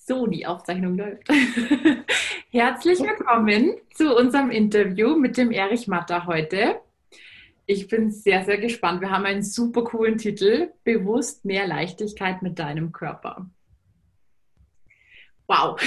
So, die Aufzeichnung läuft. Herzlich willkommen zu unserem Interview mit dem Erich Matter heute. Ich bin sehr, sehr gespannt. Wir haben einen super coolen Titel: Bewusst mehr Leichtigkeit mit deinem Körper. Wow.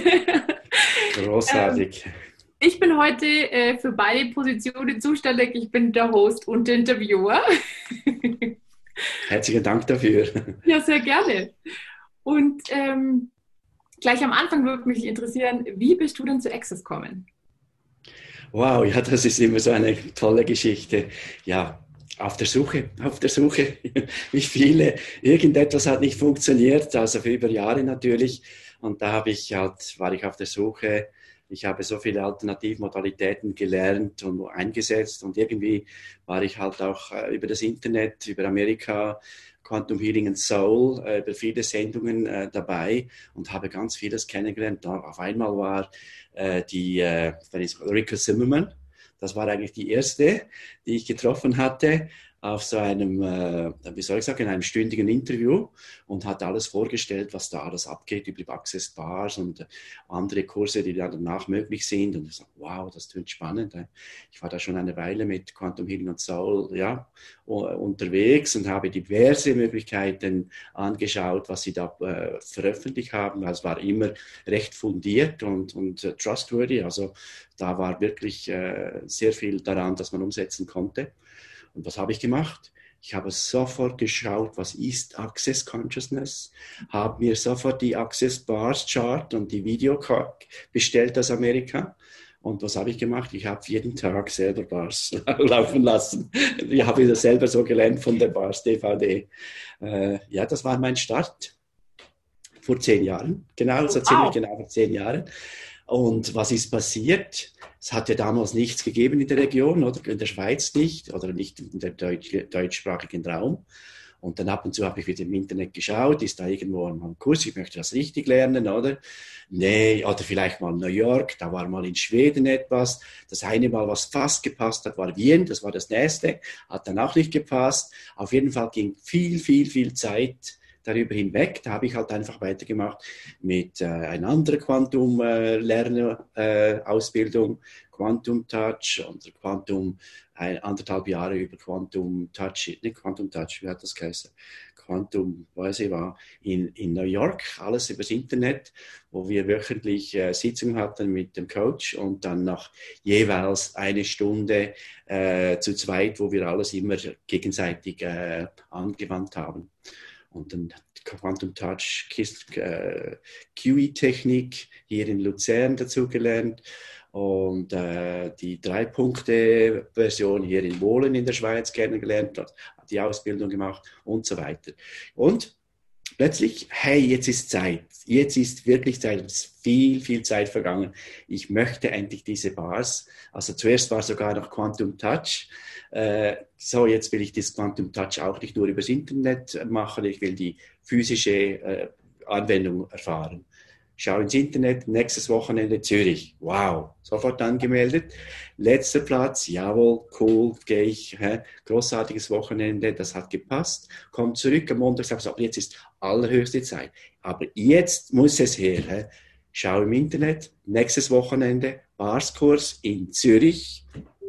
Ähm, Großartig. Ich bin heute für beide Positionen zuständig. Ich bin der Host und der Interviewer. Herzlichen Dank dafür. Ja, sehr gerne. Und gleich am Anfang würde mich interessieren, wie bist du denn zu Access gekommen? Wow, ja, das ist immer so eine tolle Geschichte. Ja, auf der Suche, wie viele. Irgendetwas hat nicht funktioniert, also für über Jahre natürlich. Und da war ich auf der Suche. Ich habe so viele Alternativmodalitäten gelernt und eingesetzt und irgendwie war ich halt auch über das Internet, über Amerika, Quantum Healing and Soul, über viele Sendungen dabei und habe ganz vieles kennengelernt. Da auf einmal war Rika Zimmerman. Das war eigentlich die erste, die ich getroffen hatte auf so einem, wie soll ich sagen, in einem stündigen Interview und hat alles vorgestellt, was da alles abgeht über die Access Bars und andere Kurse, die dann danach möglich sind. Und ich sage, wow, das klingt spannend. Ich war da schon eine Weile mit Quantum Healing und Soul, ja, unterwegs und habe diverse Möglichkeiten angeschaut, was sie da veröffentlicht haben. Also es war immer recht fundiert und trustworthy. Also da war wirklich sehr viel daran, dass man umsetzen konnte. Und was habe ich gemacht? Ich habe sofort geschaut, was ist Access Consciousness, habe mir sofort die Access Bars Chart und die Videocard bestellt aus Amerika. Und was habe ich gemacht? Ich habe jeden Tag selber Bars laufen lassen. Ich habe das selber so gelernt von der Bars DVD. Ja, das war mein Start vor 10 Jahren. Genau, Oh, so ziemlich wow. genau vor 10 Jahren. Und was ist passiert? Es hat ja damals nichts gegeben in der Region, oder in der Schweiz nicht, oder nicht in der deutschsprachigen Raum. Und dann ab und zu habe ich wieder im Internet geschaut, ist da irgendwo ein Kurs, ich möchte das richtig lernen, oder? Nee, oder vielleicht mal New York, da war mal in Schweden etwas. Das eine Mal, was fast gepasst hat, war Wien, das war das nächste, hat dann auch nicht gepasst. Auf jeden Fall ging viel Zeit darüber hinweg. Da habe ich halt einfach weitergemacht mit einer anderen Quantum-Lerner-Ausbildung, Quantum Touch und Quantum, 1,5 Jahre über Quantum Touch, nicht Quantum Touch, wie hat das geheißen? Quantum, weiß ich war, in New York, alles übers Internet, wo wir wöchentlich Sitzungen hatten mit dem Coach und dann nach jeweils eine Stunde zu zweit, wo wir alles immer gegenseitig angewandt haben. Und dann Quantum Touch QE-Technik hier in Luzern dazugelernt und die 3-Punkte-Version hier in Wohlen in der Schweiz kennengelernt, die Ausbildung gemacht und so weiter. Und plötzlich, hey, jetzt ist Zeit. Jetzt ist wirklich Zeit. Es ist viel Zeit vergangen. Ich möchte endlich diese Bars. Also zuerst war sogar noch Quantum Touch. So, jetzt will ich das Quantum Touch auch nicht nur übers Internet machen. Ich will die physische Anwendung erfahren. Schau ins Internet, nächstes Wochenende Zürich. Wow, sofort angemeldet. Letzter Platz, jawohl, cool, gehe ich. Großartiges Wochenende, das hat gepasst. Komm zurück am Montag, sag so, jetzt ist allerhöchste Zeit. Aber jetzt muss es her. Schau im Internet, nächstes Wochenende, Barskurs in Zürich.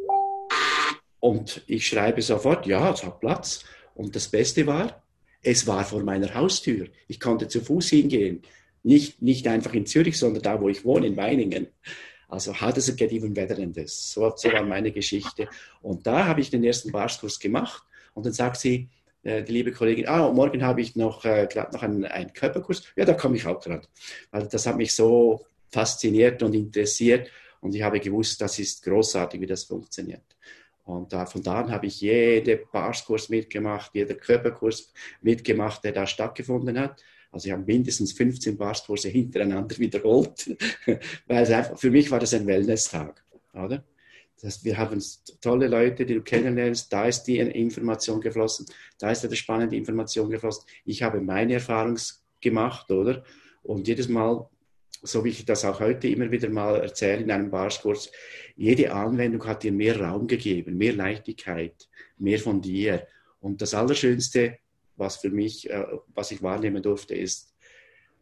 Und ich schreibe sofort, ja, es hat Platz. Und das Beste war, es war vor meiner Haustür. Ich konnte zu Fuß hingehen. Nicht einfach in Zürich, sondern da, wo ich wohne, in Weiningen. Also, how does it get even better than this? So war meine Geschichte. Und da habe ich den ersten Barskurs gemacht. Und dann sagt sie, die liebe Kollegin, morgen habe ich gerade noch einen Körperkurs. Ja, da komme ich auch gerade. Also das hat mich so fasziniert und interessiert. Und ich habe gewusst, das ist großartig, wie das funktioniert. Und von da an habe ich jeden Barskurs mitgemacht, jeder Körperkurs mitgemacht, der da stattgefunden hat. Also ich habe mindestens 15 Barskurse hintereinander wiederholt, weil für mich war das ein Wellness-Tag, oder? Wir haben tolle Leute, die du kennenlernst, da ist die Information geflossen, da ist eine spannende Information geflossen. Ich habe meine Erfahrung gemacht, oder? Und jedes Mal, so wie ich das auch heute immer wieder mal erzähle in einem Barskurs, jede Anwendung hat dir mehr Raum gegeben, mehr Leichtigkeit, mehr von dir. Und das Allerschönste, was für mich, was ich wahrnehmen durfte, ist,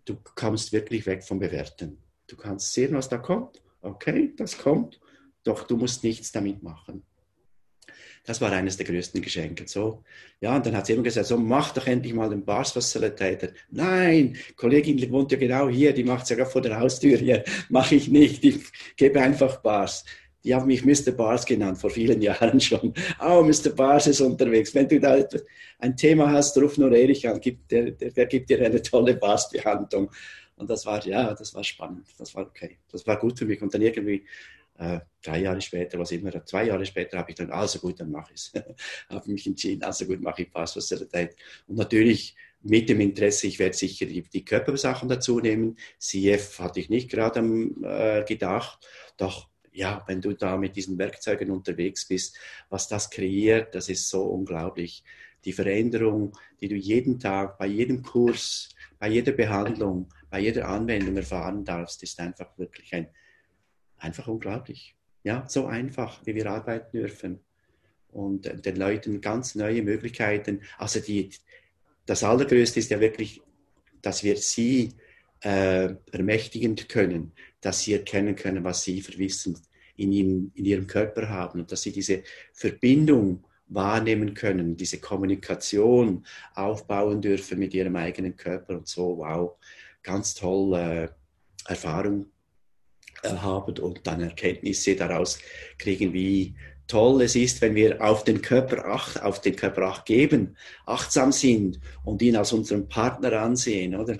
du kommst wirklich weg vom Bewerten. Du kannst sehen, was da kommt. Okay, das kommt, doch du musst nichts damit machen. Das war eines der größten Geschenke. So, ja, und dann hat sie immer gesagt, so, mach doch endlich mal den Bars Facilitator. Nein, Kollegin wohnt ja genau hier, die macht es ja gerade vor der Haustür hier. Mache ich nicht, ich gebe einfach Bars. Die haben mich Mr. Bars genannt, vor vielen Jahren schon. Oh, Mr. Bars ist unterwegs. Wenn du da ein Thema hast, ruf nur Erich an, der gibt dir eine tolle Bars-Behandlung. Und das war, ja, das war spannend, das war okay. Das war gut für mich. Und dann irgendwie 3 Jahre später, was immer, 2 Jahre später habe ich dann, also gut, dann mache ich es. Habe mich entschieden, also gut, mache ich Bars Facilitate. Und natürlich mit dem Interesse, ich werde sicher die Körpersachen dazu nehmen. CF hatte ich nicht gerade gedacht, doch ja, wenn du da mit diesen Werkzeugen unterwegs bist, was das kreiert, das ist so unglaublich. Die Veränderung, die du jeden Tag, bei jedem Kurs, bei jeder Behandlung, bei jeder Anwendung erfahren darfst, ist einfach wirklich einfach unglaublich. Ja, so einfach, wie wir arbeiten dürfen. Und den Leuten ganz neue Möglichkeiten. Also das Allergrößte ist ja wirklich, dass wir sie ermächtigen können, dass sie erkennen können, was sie für Wissen in ihrem Körper haben und dass sie diese Verbindung wahrnehmen können, diese Kommunikation aufbauen dürfen mit ihrem eigenen Körper und so, wow, ganz toll Erfahrung haben und dann Erkenntnisse daraus kriegen, wie toll es ist, wenn wir auf den Körper Acht geben, achtsam sind und ihn als unseren Partner ansehen, oder?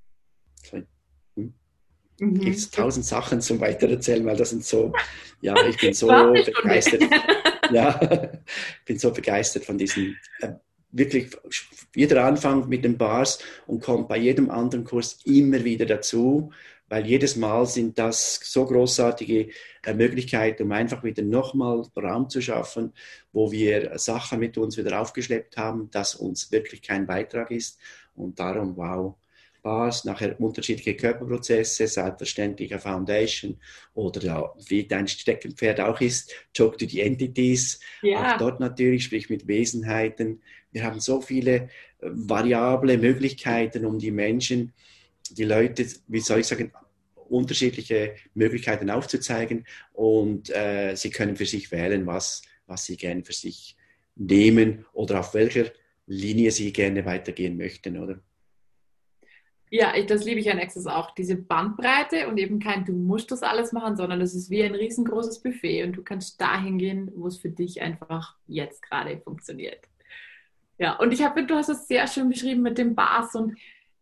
Gibt es 1000 Sachen zum Weitererzählen, weil das sind so, ja, ich bin so begeistert. Ja, ich bin so begeistert von diesen, wirklich jeder Anfang mit den Bars und kommt bei jedem anderen Kurs immer wieder dazu, weil jedes Mal sind das so großartige Möglichkeiten, um einfach wieder nochmal Raum zu schaffen, wo wir Sachen mit uns wieder aufgeschleppt haben, das uns wirklich kein Beitrag ist und darum, wow. Bars, nachher unterschiedliche Körperprozesse, selbstverständlich eine Foundation oder ja, wie dein Steckenpferd auch ist, Talk to the Entities, auch dort natürlich, sprich mit Wesenheiten. Wir haben so viele variable Möglichkeiten, um die Menschen, die Leute, wie soll ich sagen, unterschiedliche Möglichkeiten aufzuzeigen und sie können für sich wählen, was sie gerne für sich nehmen oder auf welcher Linie sie gerne weitergehen möchten, oder? Ja, das liebe ich an Access auch, diese Bandbreite und eben kein, du musst das alles machen, sondern es ist wie ein riesengroßes Buffet und du kannst dahin gehen, wo es für dich einfach jetzt gerade funktioniert. Ja, und du hast es sehr schön beschrieben mit dem Bars und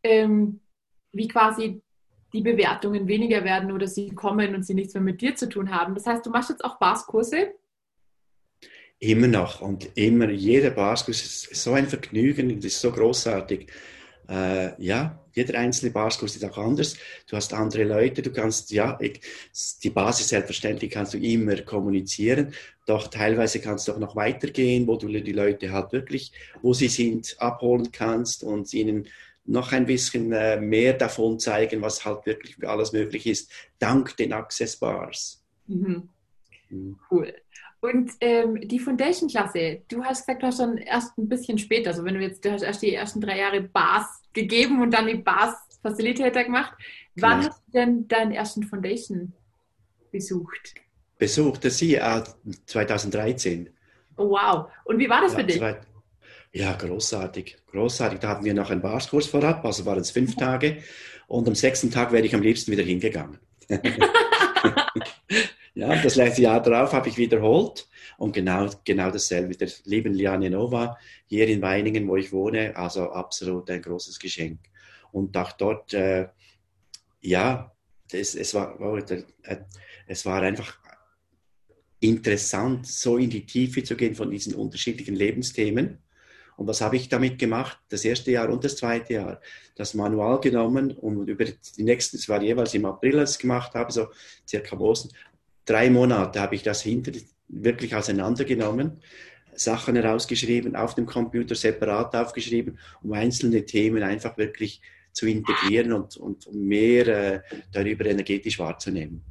wie quasi die Bewertungen weniger werden oder sie kommen und sie nichts mehr mit dir zu tun haben. Das heißt, du machst jetzt auch Barskurse? Immer noch und immer, jeder Barskurs ist so ein Vergnügen, das ist so großartig. Ja, jeder einzelne Barskurs ist auch anders. Du hast andere Leute, du kannst, ja, die Basis selbstverständlich kannst du immer kommunizieren, doch teilweise kannst du auch noch weitergehen, wo du die Leute halt wirklich, wo sie sind, abholen kannst und ihnen noch ein bisschen mehr davon zeigen, was halt wirklich für alles möglich ist, dank den Access Bars. Mhm. Cool. Und die Foundation-Klasse, du hast gesagt, du hast dann erst ein bisschen später, also du hast erst die ersten 3 Jahre Bars gegeben und dann die Bars Facilitator gemacht. Wann Genau. hast du denn deinen ersten Foundation besucht? Besuchte sie 2013. Oh, wow. Und wie war das für Ja, dich? ja, großartig. Großartig. Da hatten wir noch einen Barskurs vorab, also waren es 5 Tage. Und am 6. Tag wäre ich am liebsten wieder hingegangen. Ja, das letzte Jahr darauf habe ich wiederholt und genau dasselbe mit der lieben Liane Nova hier in Weiningen, wo ich wohne. Also absolut ein großes Geschenk. Und auch dort, ja, es war einfach interessant, so in die Tiefe zu gehen von diesen unterschiedlichen Lebensthemen. Und was habe ich damit gemacht? Das erste Jahr und das zweite Jahr. Das Manual genommen und über die nächsten, es war jeweils im April, als ich es gemacht habe, so circa am Ostern, 3 Monate habe ich das wirklich auseinandergenommen, Sachen herausgeschrieben, auf dem Computer separat aufgeschrieben, um einzelne Themen einfach wirklich zu integrieren und mehr darüber energetisch wahrzunehmen.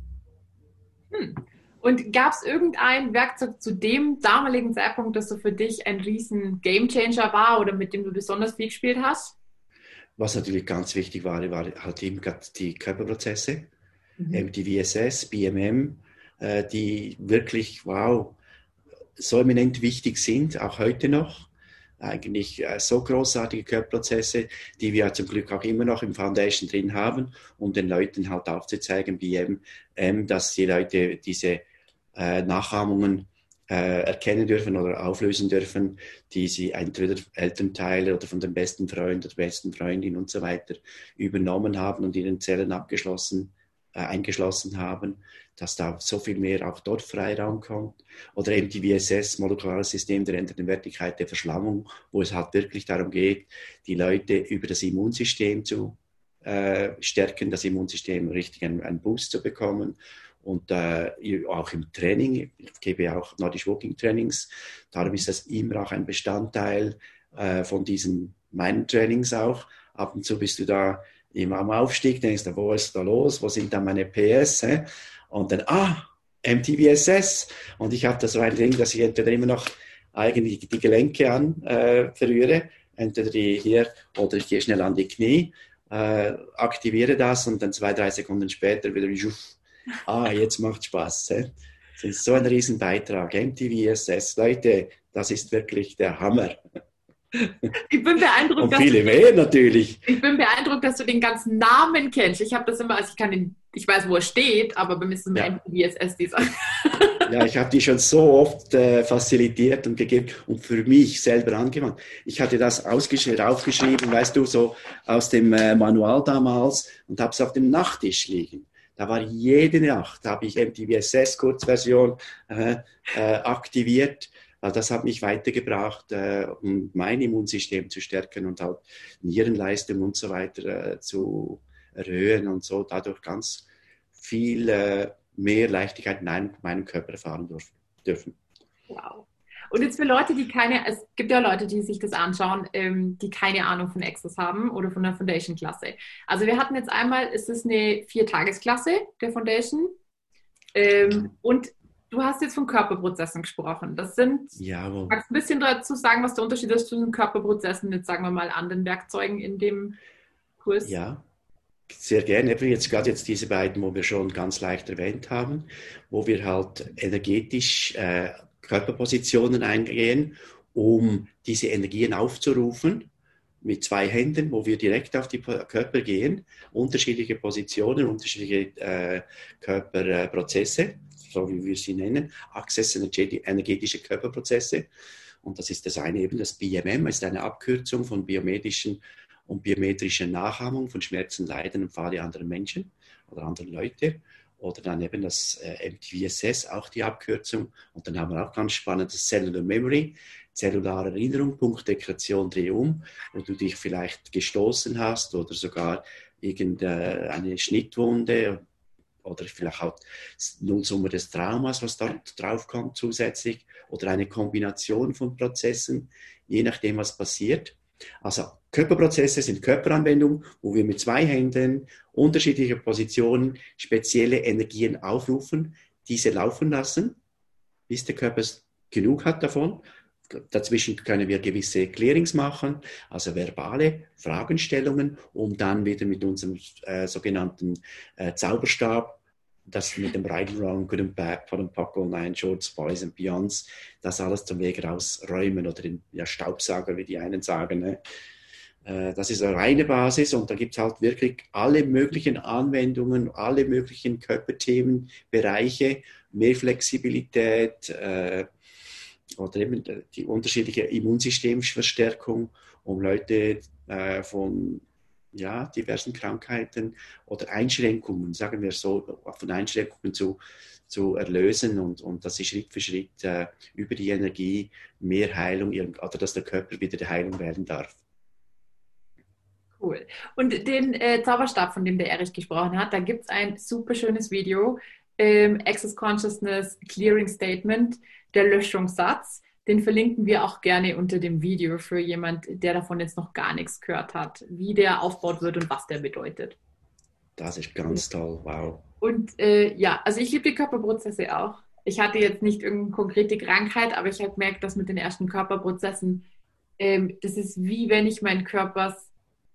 Und gab es irgendein Werkzeug zu dem damaligen Zeitpunkt, das so für dich ein riesen Gamechanger war oder mit dem du besonders viel gespielt hast? Was natürlich ganz wichtig war halt eben gerade die Körperprozesse, Mhm. MTVSS, BMM, die wirklich, wow, so eminent wichtig sind, auch heute noch. Eigentlich so großartige Körperprozesse, die wir zum Glück auch immer noch im Foundation drin haben, um den Leuten halt aufzuzeigen, dass die Leute diese Nachahmungen erkennen dürfen oder auflösen dürfen, die sie entweder Elternteile oder von dem besten Freund oder besten Freundin und so weiter übernommen haben und in den Zellen eingeschlossen haben, dass da so viel mehr auch dort Freiraum kommt. Oder eben die VSS, molekulare System der ändernden Wertigkeit der Verschlammung, wo es halt wirklich darum geht, die Leute über das Immunsystem zu stärken, das Immunsystem richtig einen Boost zu bekommen. Und auch im Training, ich gebe ja auch Nordic Walking Trainings, darum ist das immer auch ein Bestandteil von meinen Trainings auch. Ab und zu bist du da immer am Aufstieg, denkst du, wo ist da los, wo sind da meine PS? Hä? Und dann, MTVSS. Und ich habe da so ein Ding, dass ich entweder immer noch eigentlich die Gelenke verrühre, entweder die hier oder ich gehe schnell an die Knie, aktiviere das und dann 2, 3 Sekunden später wieder, jetzt macht Spaß. Das ist so ein Riesenbeitrag. MTVSS, Leute, das ist wirklich der Hammer. Ich bin beeindruckt, Und viele mehr natürlich. dass du den ganzen Namen kennst. Ich habe das immer, also ich weiß, wo er steht, aber bei mir ist es immer Ja. MTVSS dieser. Ja, ich habe die schon so oft facilitiert und gegeben und für mich selber angewandt. Ich hatte das aufgeschrieben, weißt du, so aus dem Manual damals und habe es auf dem Nachttisch liegen. Da war jede Nacht, habe ich MTVSS-Kurzversion aktiviert. Also das hat mich weitergebracht, um mein Immunsystem zu stärken und halt Nierenleistung und so weiter zu erhöhen und so dadurch ganz viel mehr Leichtigkeit in meinem Körper erfahren dürfen. Wow. Und jetzt für Leute, es gibt ja Leute, die sich das anschauen, die keine Ahnung von Access haben oder von der Foundation-Klasse. Also wir hatten jetzt einmal, ist es eine 4-Tagesklasse der Foundation. Und du hast jetzt von Körperprozessen gesprochen. Jawohl. Magst du ein bisschen dazu sagen, was der Unterschied ist zwischen den Körperprozessen, jetzt sagen wir mal, anderen Werkzeugen in dem Kurs? Ja, sehr gerne. Jetzt gerade jetzt diese beiden, wo wir schon ganz leicht erwähnt haben, wo wir halt energetisch Körperpositionen eingehen, um diese Energien aufzurufen mit 2 Händen, wo wir direkt auf die Körper gehen, unterschiedliche Positionen, unterschiedliche Körperprozesse, so wie wir sie nennen, Access energetische Körperprozesse. Und das ist das eine eben, das BMM, ist eine Abkürzung von biomedischen und biometrische Nachahmung von Schmerzen, Leiden und Pfade anderer Menschen oder anderer Leute. Oder dann eben das MTVSS, auch die Abkürzung. Und dann haben wir auch ganz spannend das Cellular Memory, zellulare Erinnerung, Punktdekretion, Drehum, wo du dich vielleicht gestoßen hast oder sogar irgendeine Schnittwunde oder vielleicht auch Nullsumme des Traumas, was dort draufkommt zusätzlich oder eine Kombination von Prozessen, je nachdem, was passiert. Also Körperprozesse sind Körperanwendungen, wo wir mit 2 Händen unterschiedliche Positionen spezielle Energien aufrufen, diese laufen lassen, bis der Körper genug hat davon. Dazwischen können wir gewisse Clearings machen, also verbale Fragestellungen, um dann wieder mit unserem sogenannten Zauberstab, das mit dem Right and Wrong, Good and Bad, Pot and Pockle, Nine Shorts, Boys and Beyonds, das alles zum Weg rausräumen oder den Staubsauger, wie die einen sagen. Ne? Das ist eine reine Basis und da gibt es halt wirklich alle möglichen Anwendungen, alle möglichen Körperthemen, Bereiche, mehr Flexibilität oder eben die unterschiedliche Immunsystemverstärkung, um Leute von diversen Krankheiten oder Einschränkungen, sagen wir so, von Einschränkungen zu erlösen und dass sie Schritt für Schritt über die Energie mehr Heilung, oder dass der Körper wieder die Heilung werden darf. Cool. Und den Zauberstab, von dem der Erich gesprochen hat, da gibt es ein super schönes Video, Access Consciousness Clearing Statement, der Löschungssatz. Den verlinken wir auch gerne unter dem Video für jemand, der davon jetzt noch gar nichts gehört hat, wie der aufgebaut wird und was der bedeutet. Das ist ganz toll, wow. Und also ich liebe die Körperprozesse auch. Ich hatte jetzt nicht irgendeine konkrete Krankheit, aber ich habe gemerkt, dass mit den ersten Körperprozessen, das ist wie wenn ich meinen Körper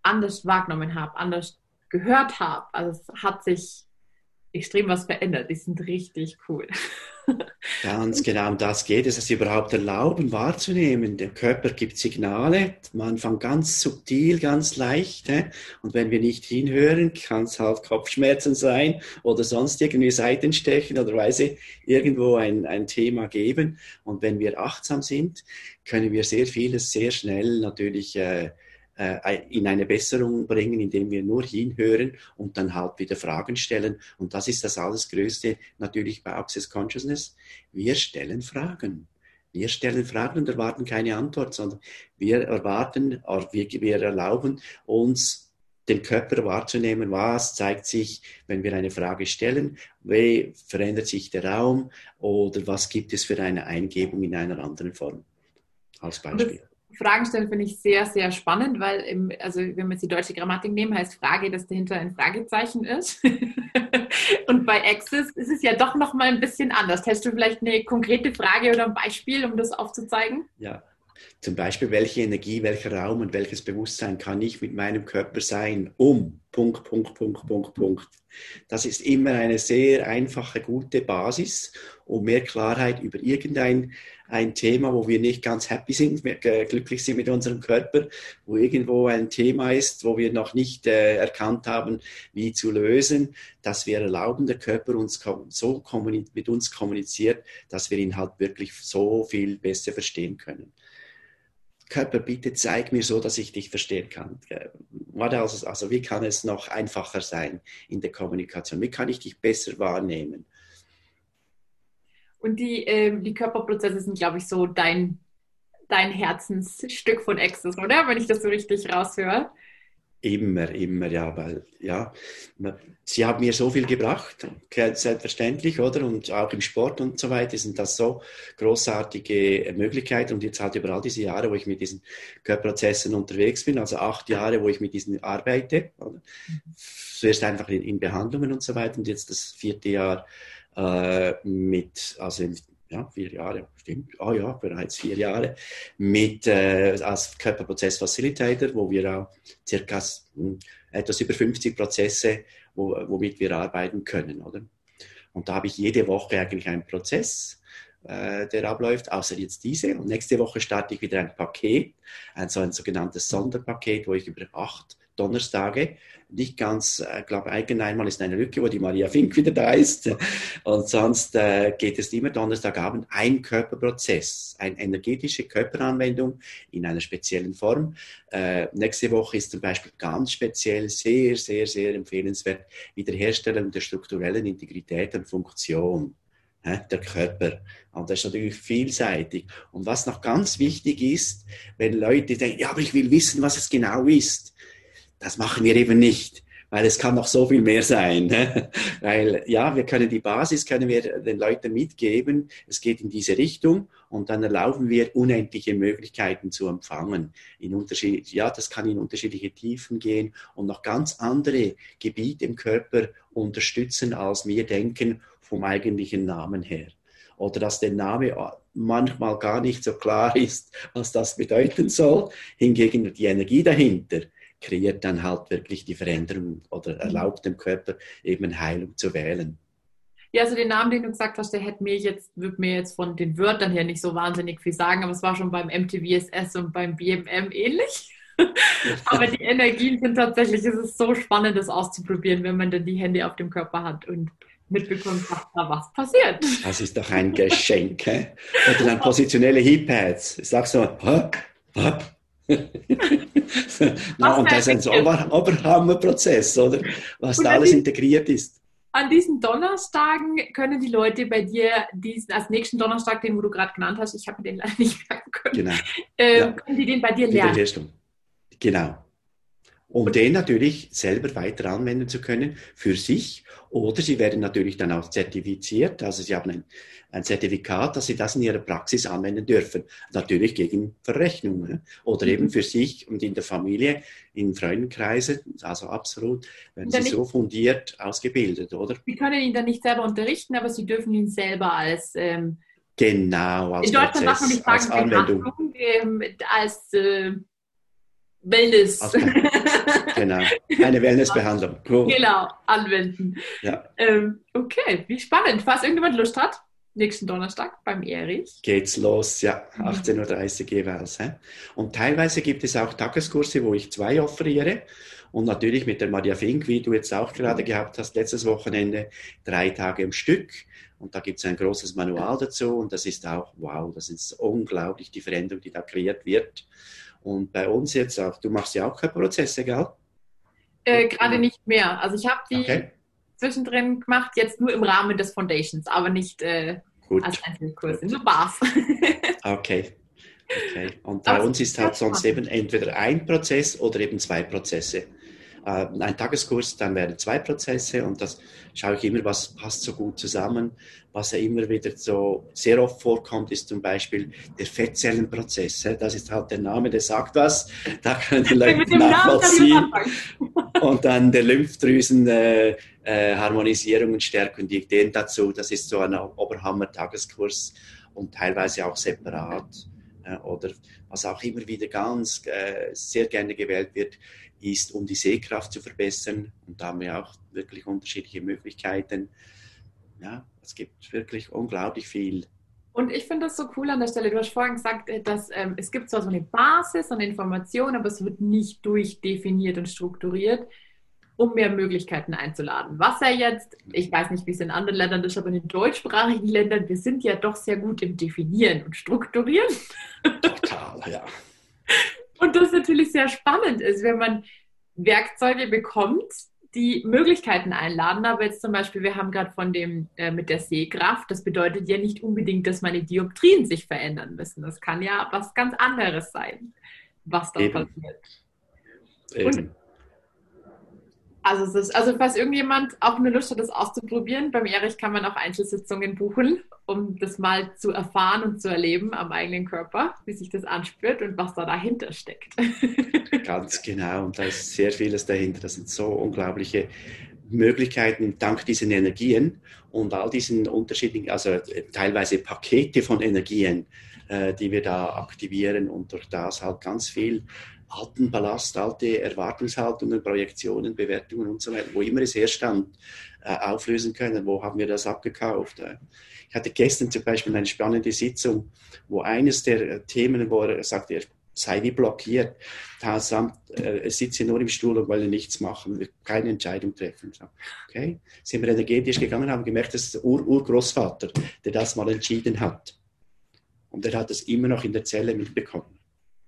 anders wahrgenommen habe, anders gehört habe. Also es hat sich extrem was verändert. Die sind richtig cool. Ganz genau, um das geht es überhaupt erlauben, wahrzunehmen. Der Körper gibt Signale, am Anfang ganz subtil, ganz leicht. Und wenn wir nicht hinhören, kann es halt Kopfschmerzen sein oder sonst irgendwie Seitenstechen oder weise irgendwo ein Thema geben. Und wenn wir achtsam sind, können wir sehr vieles sehr schnell natürlich in eine Besserung bringen, indem wir nur hinhören und dann halt wieder Fragen stellen. Und das ist das Allergrößte natürlich bei Access Consciousness. Wir stellen Fragen. Wir stellen Fragen und erwarten keine Antwort, sondern wir erwarten, oder wir erlauben uns, den Körper wahrzunehmen. Was zeigt sich, wenn wir eine Frage stellen? Wie verändert sich der Raum? Oder was gibt es für eine Eingebung in einer anderen Form? Als Beispiel. Fragen stellen finde ich sehr, sehr spannend, weil, also wenn wir jetzt die deutsche Grammatik nehmen, heißt Frage, dass dahinter ein Fragezeichen ist. Und bei Access ist es ja doch nochmal ein bisschen anders. Hättest du vielleicht eine konkrete Frage oder ein Beispiel, um das aufzuzeigen? Ja, zum Beispiel, welche Energie, welcher Raum und welches Bewusstsein kann ich mit meinem Körper sein, um Punkt, Punkt, Punkt, Punkt, Punkt. Das ist immer eine sehr einfache, gute Basis, um mehr Klarheit über ein Thema, wo wir nicht ganz happy sind, glücklich sind mit unserem Körper, wo irgendwo ein Thema ist, wo wir noch nicht erkannt haben, wie zu lösen, dass wir erlauben, der Körper uns so mit uns kommuniziert, dass wir ihn halt wirklich so viel besser verstehen können. Körper, bitte zeig mir so, dass ich dich verstehen kann. Also wie kann es noch einfacher sein in der Kommunikation? Wie kann ich dich besser wahrnehmen? Und die Körperprozesse sind, glaube ich, so dein Herzensstück von Access, oder? Wenn ich das so richtig raushöre. Immer, ja, weil, ja, sie haben mir so viel gebracht, selbstverständlich, oder? Und auch im Sport und so weiter sind das so großartige Möglichkeiten. Und jetzt halt über all diese Jahre, wo ich mit diesen Körperprozessen unterwegs bin, also 8 Jahre, wo ich mit diesen arbeite, oder? Zuerst einfach in Behandlungen und so weiter und jetzt das 4. Jahr ja, 4 Jahre, stimmt. Ja, bereits 4 Jahre als Körperprozess-Facilitator, wo wir auch circa etwas über 50 Prozesse, womit wir arbeiten können, oder? Und da habe ich jede Woche eigentlich einen Prozess, der abläuft, außer jetzt diese. Und nächste Woche starte ich wieder ein Paket, ein sogenanntes Sonderpaket, wo ich über 8 Donnerstage, nicht ganz, glaube einmal ist eine Lücke, wo die Maria Fink wieder da ist. Und sonst geht es immer Donnerstagabend ein Körperprozess, eine energetische Körperanwendung in einer speziellen Form. Nächste Woche ist zum Beispiel ganz speziell, sehr, sehr, sehr empfehlenswert, Wiederherstellung der strukturellen Integrität und Funktion der Körper. Und das ist natürlich vielseitig. Und was noch ganz wichtig ist, wenn Leute denken, ja, aber ich will wissen, was es genau ist. Das machen wir eben nicht, weil es kann noch so viel mehr sein. Weil, ja, wir können die Basis, können wir den Leuten mitgeben. Es geht in diese Richtung und dann erlauben wir unendliche Möglichkeiten zu empfangen. Das kann in unterschiedliche Tiefen gehen und noch ganz andere Gebiete im Körper unterstützen, als wir denken vom eigentlichen Namen her. Oder dass der Name manchmal gar nicht so klar ist, was das bedeuten soll. Hingegen die Energie dahinter kreiert dann halt wirklich die Veränderung oder erlaubt dem Körper eben Heilung zu wählen. Ja, also den Namen, den du gesagt hast, würde mir jetzt von den Wörtern her nicht so wahnsinnig viel sagen, aber es war schon beim MTVSS und beim BMM ähnlich. Aber die Energien sind tatsächlich, es ist so spannend, das auszuprobieren, wenn man dann die Hände auf dem Körper hat und mitbekommt, was passiert. Das ist doch ein Geschenk. Oder dann positionelle Heatpads. Ich sag so, und das ist ein Oberhammerprozess, oder? Was da alles integriert ist. An diesen Donnerstagen können die Leute bei dir als nächsten Donnerstag, den wo du gerade genannt hast, ich habe mir den leider nicht merken können, können die den bei dir lernen. Genau. Um den natürlich selber weiter anwenden zu können für sich. Oder sie werden natürlich dann auch zertifiziert, also sie haben ein Zertifikat, dass sie das in ihrer Praxis anwenden dürfen. Natürlich gegen Verrechnung. Oder eben für sich und in der Familie, in Freundenkreisen, also absolut, werden sie so fundiert ausgebildet, oder? Sie können ihn dann nicht selber unterrichten, aber sie dürfen ihn selber als genau, als in Deutschland Prozess, darf man nicht sagen, als Anwendung. Behandlung, als Wellness. Okay. Genau, eine Wellnessbehandlung. Cool. Genau, anwenden. Ja. Okay, wie spannend. Falls irgendjemand Lust hat, nächsten Donnerstag beim Erich. Geht's los, ja, Mhm. 18:30 Uhr jeweils. Hä? Und teilweise gibt es auch Tageskurse, wo ich 2 offeriere. Und natürlich mit der Maria Fink, wie du jetzt auch gerade gehabt hast, letztes Wochenende, 3 Tage im Stück. Und da gibt es ein großes Manual dazu. Und das ist auch, wow, das ist unglaublich, die Veränderung, die da kreiert wird. Und bei uns jetzt auch, du machst ja auch Körperprozesse, gell? Gerade nicht mehr. Also ich habe die Okay, zwischendrin gemacht, jetzt nur im Rahmen des Foundations, aber nicht als gut, Einzelkurs. gut. Nur Bars. Okay, okay. Und bei Aber es uns ist ist sehr halt sonst spannend. eben entweder ein Prozess oder eben 2 Prozesse. Ein Tageskurs, dann wären 2 Prozesse und das schaue ich immer, was passt so gut zusammen. Was ja immer wieder so sehr oft vorkommt, ist zum Beispiel der Fettzellenprozess. Das ist halt der Name, der sagt was. Da können die Mit Leute dem Namen kann ich was nachvollziehen. anfangen. Und dann der Lymphdrüsen Harmonisierung und Stärkung, die dient dazu. Das ist so ein Oberhammer-Tageskurs und teilweise auch separat. Oder was auch immer wieder ganz sehr gerne gewählt wird, ist, um die Sehkraft zu verbessern. Und da haben wir auch wirklich unterschiedliche Möglichkeiten. Ja, es gibt wirklich unglaublich viel. Und ich finde das so cool an der Stelle. Du hast vorhin gesagt, dass es gibt zwar so eine Basis an Informationen, aber es wird nicht durchdefiniert und strukturiert, um mehr Möglichkeiten einzuladen. Was ja jetzt, ich weiß nicht, wie es in anderen Ländern ist, aber in den deutschsprachigen Ländern, wir sind ja doch sehr gut im Definieren und Strukturieren. Total, ja. Und das natürlich sehr spannend ist, wenn man Werkzeuge bekommt, die Möglichkeiten einladen. Aber jetzt zum Beispiel, wir haben gerade von dem mit der Sehkraft, das bedeutet ja nicht unbedingt, dass meine Dioptrien sich verändern müssen. Das kann ja was ganz anderes sein, was da Eben, passiert. Und eben. also falls irgendjemand auch eine Lust hat, das auszuprobieren, beim Erich kann man auch Einzelsitzungen buchen, um das mal zu erfahren und zu erleben am eigenen Körper, wie sich das anspürt und was da dahinter steckt. Ganz genau. Und da ist sehr vieles dahinter. Das sind so unglaubliche Möglichkeiten dank diesen Energien und all diesen unterschiedlichen, also teilweise Pakete von Energien, die wir da aktivieren und durch das halt ganz viel alten Ballast, alte Erwartungshaltungen, Projektionen, Bewertungen und so weiter, wo immer es herstand, auflösen können. Wo haben wir das abgekauft? Ich hatte gestern zum Beispiel eine spannende Sitzung, wo eines der Themen, wo er sagte, er sei wie blockiert, da sitze nur im Stuhl und wollte nichts machen, keine Entscheidung treffen. So, okay, sind wir energetisch gegangen, haben gemerkt, das ist der Urgroßvater, der das mal entschieden hat. Und er hat es immer noch in der Zelle mitbekommen.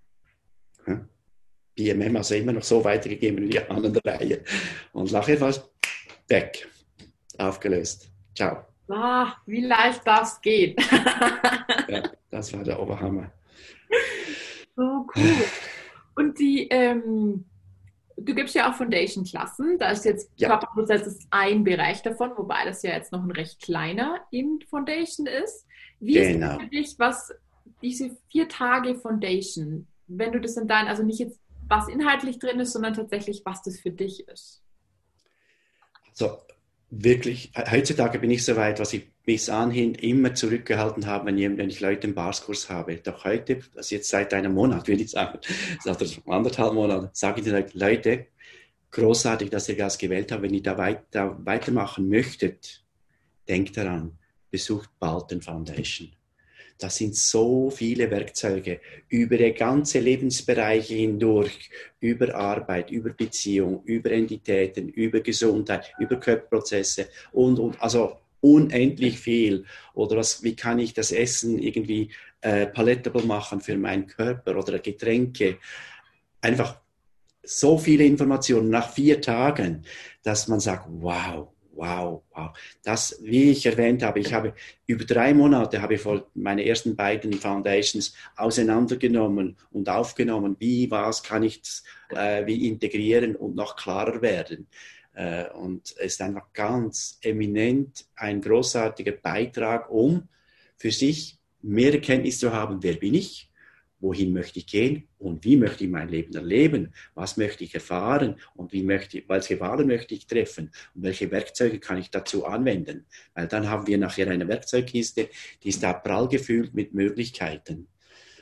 BMM also immer noch so weitergegeben wie die anderen Reihe. Und nachher war es weg, aufgelöst. Ciao. Ah, wie leicht das geht. Ja, das war der Oberhammer. So cool. Und du gibst ja auch Foundation-Klassen. Da ist jetzt Ja, Körperprozess ist ein Bereich davon, wobei das ja jetzt noch ein recht kleiner in Foundation ist. Wie ist das genau. für dich, was diese 4 Tage Foundation, wenn du das in dein, also nicht jetzt was inhaltlich drin ist, sondern tatsächlich, was das für dich ist? Also wirklich, heutzutage bin ich so weit, was ich bis anhin immer zurückgehalten habe, wenn ich Leute im Barskurs habe. Doch heute, also jetzt seit einem Monat, würde ich sagen, seit 1,5 Monaten, sage ich den Leute, großartig, dass ihr das gewählt habt. Wenn ihr da weitermachen möchtet, denkt daran, besucht bald den Foundation. Das sind so viele Werkzeuge über die ganze Lebensbereiche hindurch, über Arbeit, über Beziehung, über Entitäten, über Gesundheit, über Körperprozesse und also unendlich viel. Oder wie kann ich das Essen irgendwie palatable machen für meinen Körper oder Getränke? Einfach so viele Informationen nach 4 Tagen, dass man sagt, wow, wow, wow. Das, wie ich erwähnt habe, ich habe über 3 Monate habe ich meine ersten beiden Foundations auseinandergenommen und aufgenommen, was kann ich wie integrieren und noch klarer werden. Und es ist einfach ganz eminent ein großartiger Beitrag, um für sich mehr Erkenntnis zu haben, wer bin ich, wohin möchte ich gehen und wie möchte ich mein Leben erleben, was möchte ich erfahren und welche Wahlen möchte ich treffen und welche Werkzeuge kann ich dazu anwenden. Weil dann haben wir nachher eine Werkzeugkiste, die ist da prall gefüllt mit Möglichkeiten.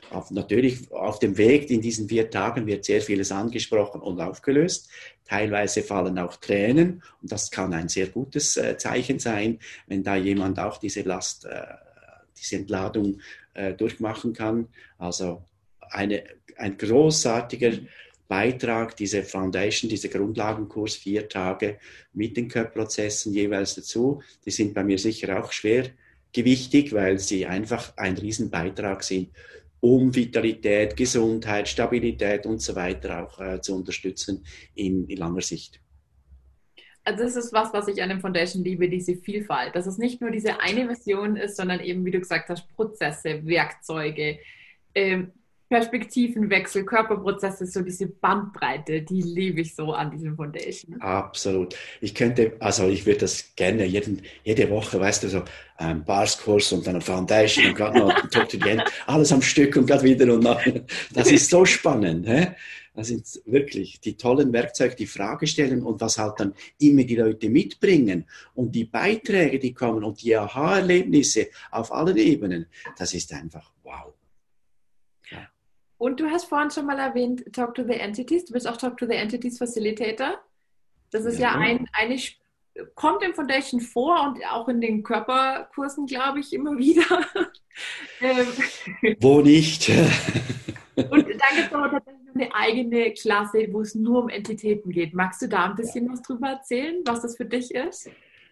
Natürlich auf dem Weg in diesen 4 Tagen wird sehr vieles angesprochen und aufgelöst. Teilweise fallen auch Tränen und das kann ein sehr gutes Zeichen sein, wenn da jemand auch diese Last, diese Entladung durchmachen kann. Also ein großartiger Beitrag, diese Foundation, dieser Grundlagenkurs, 4 Tage mit den Körperprozessen jeweils dazu. Die sind bei mir sicher auch schwergewichtig, weil sie einfach ein Riesenbeitrag sind, um Vitalität, Gesundheit, Stabilität und so weiter auch zu unterstützen in langer Sicht. Also das ist was ich an dem Foundation liebe, diese Vielfalt. Dass es nicht nur diese eine Version ist, sondern eben, wie du gesagt hast, Prozesse, Werkzeuge, ähm, Perspektivenwechsel, Körperprozesse, so diese Bandbreite, die liebe ich so an diesem Foundation. Absolut. Ich würde das gerne jede Woche, weißt du, so ein Barskurs und dann ein Foundation und gerade noch ein Top to the End, alles am Stück und gerade wieder und nachher. Das ist so spannend. Hä? Das sind wirklich die tollen Werkzeuge, die Frage stellen und was halt dann immer die Leute mitbringen und die Beiträge, die kommen und die Aha-Erlebnisse auf allen Ebenen. Das ist einfach wow. Ja. Und du hast vorhin schon mal erwähnt, Talk to the Entities. Du bist auch Talk to the Entities Facilitator. Das ist ja kommt im Foundation vor und auch in den Körperkursen, glaube ich, immer wieder. Wo nicht? Und dann gibt es aber tatsächlich eine eigene Klasse, wo es nur um Entitäten geht. Magst du da ein bisschen was drüber erzählen, was das für dich ist?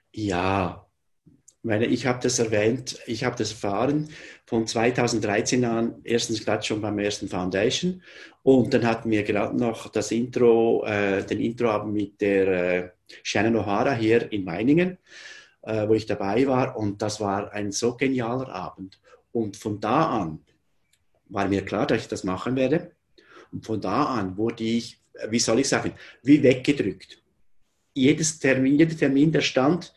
Ja, ich habe das erwähnt, ich habe das erfahren von 2013 an, erstens gerade schon beim ersten Foundation und dann hatten wir gerade noch den Introabend mit der Shannon O'Hara hier in Meiningen, wo ich dabei war und das war ein so genialer Abend und von da an war mir klar, dass ich das machen werde und von da an wurde ich, wie soll ich sagen, wie weggedrückt. Jeder Termin, der stand,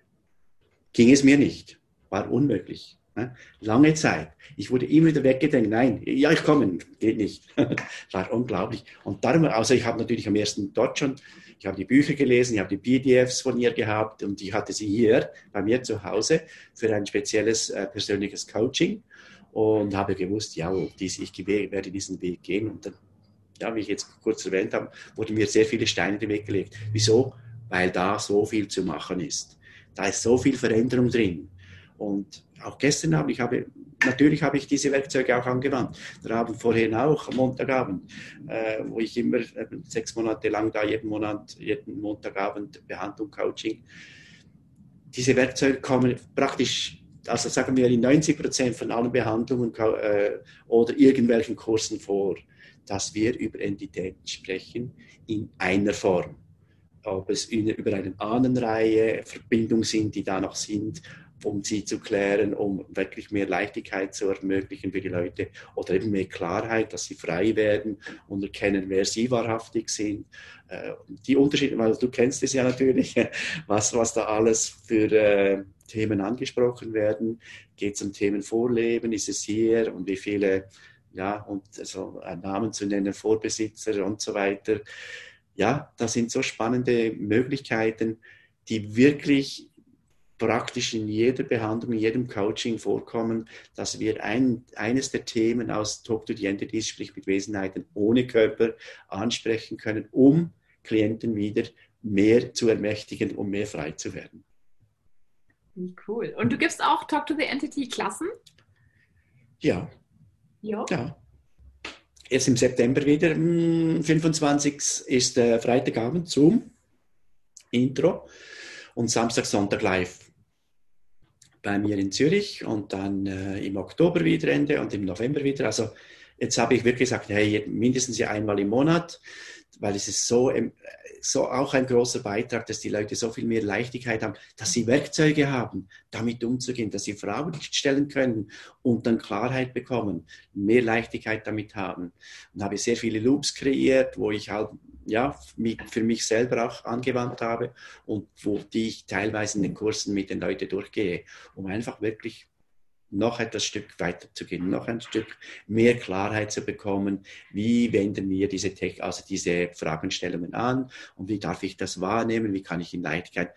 ging es mir nicht. War unmöglich. Lange Zeit. Ich wurde immer wieder weggedrängt. Nein, ja, ich komme, geht nicht. War unglaublich. Und darum, also ich habe natürlich am ersten dort schon, ich habe die Bücher gelesen, ich habe die PDFs von ihr gehabt und ich hatte sie hier bei mir zu Hause für ein spezielles persönliches Coaching und habe gewusst, ja, ich werde diesen Weg gehen. Und dann, ja, wie ich jetzt kurz erwähnt habe, wurden mir sehr viele Steine in den Weg gelegt. Wieso? Weil da so viel zu machen ist. Da ist so viel Veränderung drin. Und auch gestern Abend, natürlich habe ich diese Werkzeuge auch angewandt. Der Abend vorhin auch, am Montagabend, wo ich immer 6 Monate lang da jeden Montagabend Behandlung, Coaching. Diese Werkzeuge kommen praktisch, also sagen wir in 90% von allen Behandlungen oder irgendwelchen Kursen vor, dass wir über Entitäten sprechen in einer Form. Ob es über eine Ahnenreihe Verbindungen sind, die da noch sind, um sie zu klären, um wirklich mehr Leichtigkeit zu ermöglichen für die Leute oder eben mehr Klarheit, dass sie frei werden und erkennen, wer sie wahrhaftig sind. Die Unterschiede, weil du kennst es ja natürlich, was da alles für Themen angesprochen werden. Geht es um Themen Vorleben, ist es hier und wie viele, ja, und so Namen zu nennen, Vorbesitzer und so weiter. Ja, das sind so spannende Möglichkeiten, die wirklich praktisch in jeder Behandlung, in jedem Coaching vorkommen, dass wir eines der Themen aus Talk to the Entities, sprich mit Wesenheiten ohne Körper, ansprechen können, um Klienten wieder mehr zu ermächtigen, um mehr frei zu werden. Cool. Und du gibst auch Talk to the Entity Klassen? Ja. Ja. Erst im September wieder, 25 ist Freitagabend Zoom, Intro und Samstag, Sonntag live bei mir in Zürich und dann im Oktober wieder Ende und im November wieder. Also jetzt habe ich wirklich gesagt, hey, mindestens ja einmal im Monat, weil es ist so auch ein großer Beitrag, dass die Leute so viel mehr Leichtigkeit haben, dass sie Werkzeuge haben, damit umzugehen, dass sie Fragen stellen können und dann Klarheit bekommen, mehr Leichtigkeit damit haben. Und habe sehr viele Loops kreiert, wo ich halt für mich selber auch angewandt habe und die ich teilweise in den Kursen mit den Leuten durchgehe, um einfach wirklich noch etwas Stück weiterzugehen, noch ein Stück mehr Klarheit zu bekommen, wie wenden wir diese Fragestellungen an und wie darf ich das wahrnehmen, wie kann ich in Leichtigkeit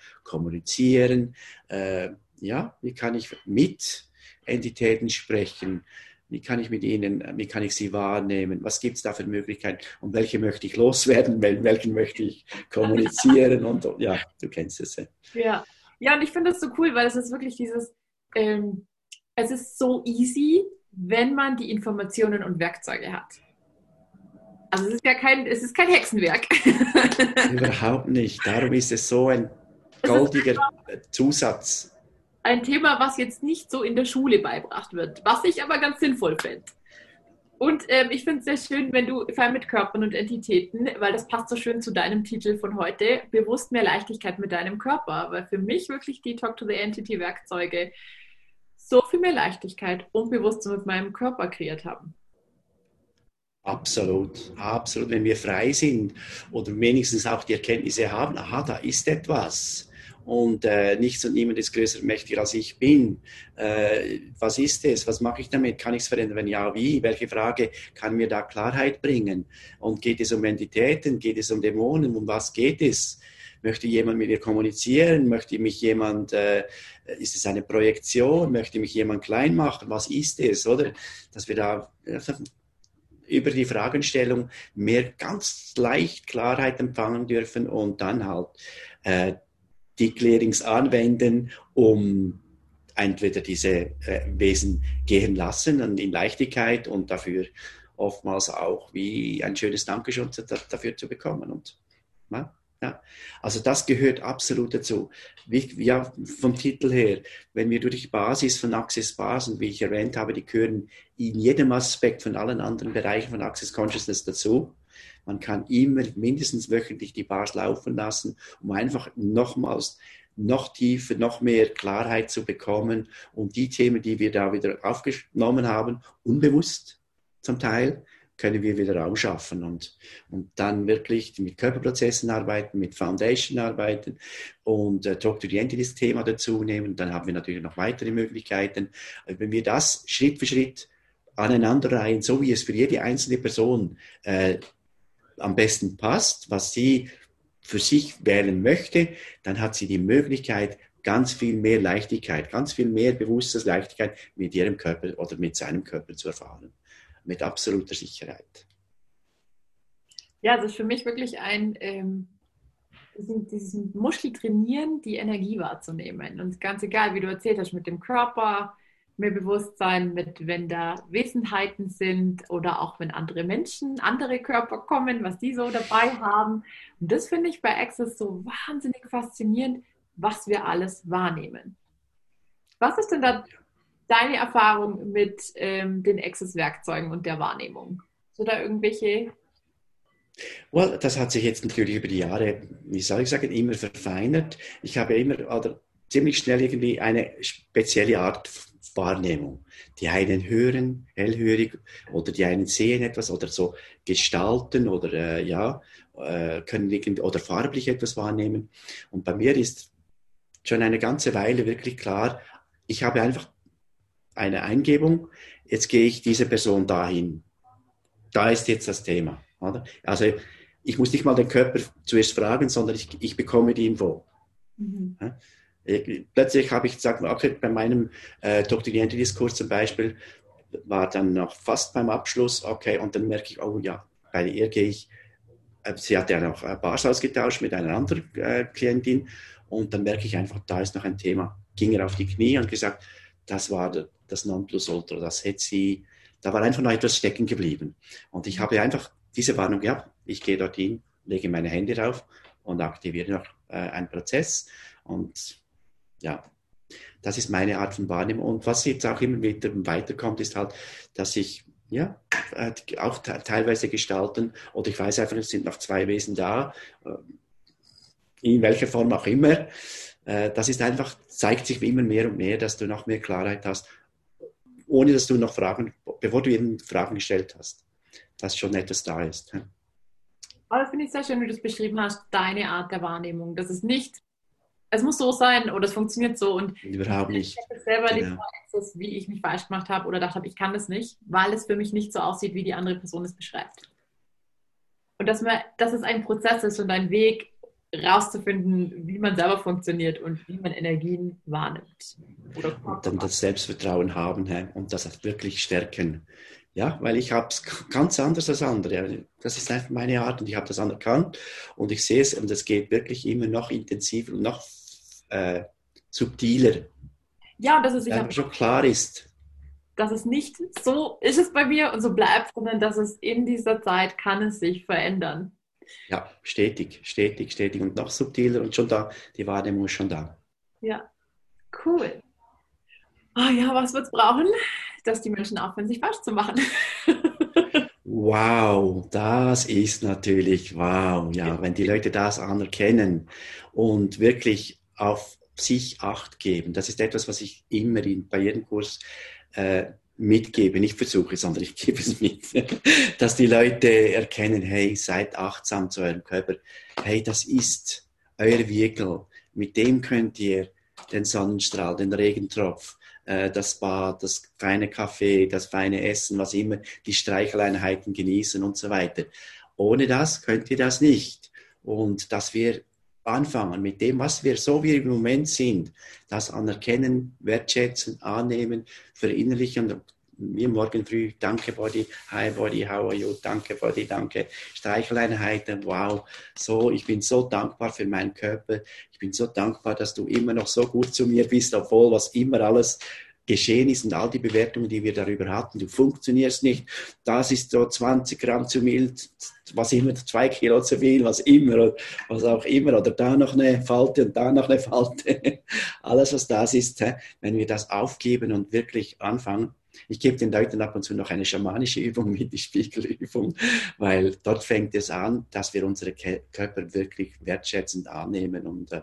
kommunizieren, wie kann ich mit Entitäten sprechen, wie kann ich mit ihnen, wie kann ich sie wahrnehmen, was gibt es da für Möglichkeiten und welche möchte ich loswerden, welchen möchte ich kommunizieren und ja, du kennst es. Ja. Ja, und ich finde das so cool, weil es ist wirklich ähm, es ist so easy, wenn man die Informationen und Werkzeuge hat. Also es ist kein Hexenwerk. Überhaupt nicht. Darum ist es so ein Es ist goldiger Zusatz. ein Thema, was jetzt nicht so in der Schule beibracht wird, was ich aber ganz sinnvoll finde. Und ich finde es sehr schön, wenn du, vor allem mit Körpern und Entitäten, weil das passt so schön zu deinem Titel von heute, bewusst mehr Leichtigkeit mit deinem Körper. Weil für mich wirklich die Talk to the Entity Werkzeuge so viel mehr Leichtigkeit und Bewusstsein mit meinem Körper kreiert haben. Absolut, absolut. Wenn wir frei sind oder wenigstens auch die Erkenntnisse haben, aha, da ist etwas und nichts und niemand ist größer und mächtiger als ich bin. Was ist es? Was mache ich damit? Kann ich es verändern? Wenn ja, wie? Welche Frage kann mir da Klarheit bringen? Und geht es um Entitäten? Geht es um Dämonen? Um was geht es? Möchte jemand mit mir kommunizieren? Möchte mich jemand, ist es eine Projektion? Möchte mich jemand klein machen? Was ist es? Oder? Dass wir da über die Fragestellung mehr ganz leicht Klarheit empfangen dürfen und dann halt die Clearings anwenden, um entweder diese Wesen gehen lassen und in Leichtigkeit und dafür oftmals auch wie ein schönes Dankeschön dafür zu bekommen. Und ja, also das gehört absolut dazu. Ja, vom Titel her, wenn wir durch die Basis von Access Bars und wie ich erwähnt habe, die gehören in jedem Aspekt von allen anderen Bereichen von Access Consciousness dazu. Man kann immer mindestens wöchentlich die Bars laufen lassen, um einfach nochmals noch tiefer, noch mehr Klarheit zu bekommen und die Themen, die wir da wieder aufgenommen haben, unbewusst zum Teil, können wir wieder Raum schaffen und dann wirklich mit Körperprozessen arbeiten, mit Foundation arbeiten und Talk to the Entities Thema dazu nehmen. Dann haben wir natürlich noch weitere Möglichkeiten. Wenn wir das Schritt für Schritt aneinanderreihen, so wie es für jede einzelne Person am besten passt, was sie für sich wählen möchte, dann hat sie die Möglichkeit, ganz viel mehr Leichtigkeit, ganz viel mehr bewusstes Leichtigkeit mit ihrem Körper oder mit seinem Körper zu erfahren. Mit absoluter Sicherheit. Ja, das ist für mich wirklich diesen Muskel trainieren, die Energie wahrzunehmen. Und ganz egal, wie du erzählt hast, mit dem Körper, mehr Bewusstsein, mit wenn da Wesenheiten sind oder auch wenn andere Menschen, andere Körper kommen, was die so dabei haben. Und das finde ich bei Access so wahnsinnig faszinierend, was wir alles wahrnehmen. Was ist denn da deine Erfahrung mit den Access-Werkzeugen und der Wahrnehmung? So da irgendwelche? Well, das hat sich jetzt natürlich über die Jahre, wie soll ich sagen, immer verfeinert. Ich habe immer oder ziemlich schnell irgendwie eine spezielle Art Wahrnehmung. Die einen hören hellhörig oder die einen sehen etwas oder so gestalten oder können oder farblich etwas wahrnehmen. Und bei mir ist schon eine ganze Weile wirklich klar, ich habe einfach eine Eingebung, jetzt gehe ich diese Person dahin. Da ist jetzt das Thema. Oder? Also ich muss nicht mal den Körper zuerst fragen, sondern ich bekomme die Info. Mhm. Ja? Plötzlich habe ich gesagt, okay, bei meinem Talk to the Entities-Kurs zum Beispiel war dann noch fast beim Abschluss, okay, und dann merke ich, oh ja, bei ihr gehe ich, sie hat ja noch Bars ausgetauscht mit einer anderen Klientin und dann merke ich einfach, da ist noch ein Thema. Ging er auf die Knie und gesagt, das war das Nonplusultra, das hätte sie, da war einfach noch etwas stecken geblieben. Und ich habe einfach diese Warnung gehabt, ich gehe dorthin, lege meine Hände drauf und aktiviere noch einen Prozess. Und ja, das ist meine Art von Wahrnehmung. Und was jetzt auch immer wieder weiterkommt, ist halt, dass ich auch teilweise gestalten, oder ich weiß einfach, es sind noch zwei Wesen da, in welcher Form auch immer. Das ist einfach, zeigt sich immer mehr und mehr, dass du noch mehr Klarheit hast, ohne dass du noch Fragen, bevor du eben Fragen gestellt hast, dass schon etwas da ist. Aber das finde ich sehr schön, wie du es beschrieben hast, deine Art der Wahrnehmung. Das ist nicht, es muss so sein oder es funktioniert so. Und Überhaupt nicht. ich habe selber die Genau. Praxis, wie ich mich falsch gemacht habe oder dachte habe, ich kann das nicht, weil es für mich nicht so aussieht, wie die andere Person es beschreibt. Und dass es ein Prozess ist und ein Weg, rauszufinden, wie man selber funktioniert und wie man Energien wahrnimmt. Und dann das Selbstvertrauen haben, und das wirklich stärken. Ja, weil ich habe es ganz anders als andere. Das ist einfach meine Art und ich habe das anerkannt und ich sehe es und es geht wirklich immer noch intensiver und noch subtiler. Ja, und dass es sich Einfach schon klar ist. dass es nicht so ist es bei mir und so bleibt, sondern dass es in dieser Zeit kann es sich verändern. Ja, stetig, stetig, stetig und noch subtiler und schon da, die Wahrnehmung ist schon da. Ja, cool. Ah ja, was wird es brauchen, dass die Menschen aufhören, sich falsch zu machen? Wow, das ist natürlich wow, ja, wenn die Leute das anerkennen und wirklich auf sich Acht geben. Das ist etwas, was ich immer bei jedem Kurs mitgebe. Nicht versuche, sondern ich gebe es mit, dass die Leute erkennen, hey, seid achtsam zu eurem Körper. Hey, das ist euer Vehikel. Mit dem könnt ihr den Sonnenstrahl, den Regentropf, das Bad, das feine Kaffee, das feine Essen, was immer, die Streicheleinheiten genießen und so weiter. Ohne das könnt ihr das nicht. Und dass wir anfangen mit dem, was wir so wie wir im Moment sind, das anerkennen, wertschätzen, annehmen, verinnerlichen. Wie morgen früh, danke Body, hi Body, how are you, danke Body, danke, Streicheleinheiten, wow, so, ich bin so dankbar für meinen Körper, ich bin so dankbar, dass du immer noch so gut zu mir bist, obwohl was immer alles geschehen ist und all die Bewertungen, die wir darüber hatten, du funktionierst nicht, das ist so 20 Gramm zu mild, was immer, 2 Kilo zu viel, was immer, was auch immer, oder da noch eine Falte und da noch eine Falte, alles was das ist, wenn wir das aufgeben und wirklich anfangen. Ich gebe den Leuten ab und zu noch eine schamanische Übung mit, die Spiegelübung, weil dort fängt es an, dass wir unsere Körper wirklich wertschätzend annehmen und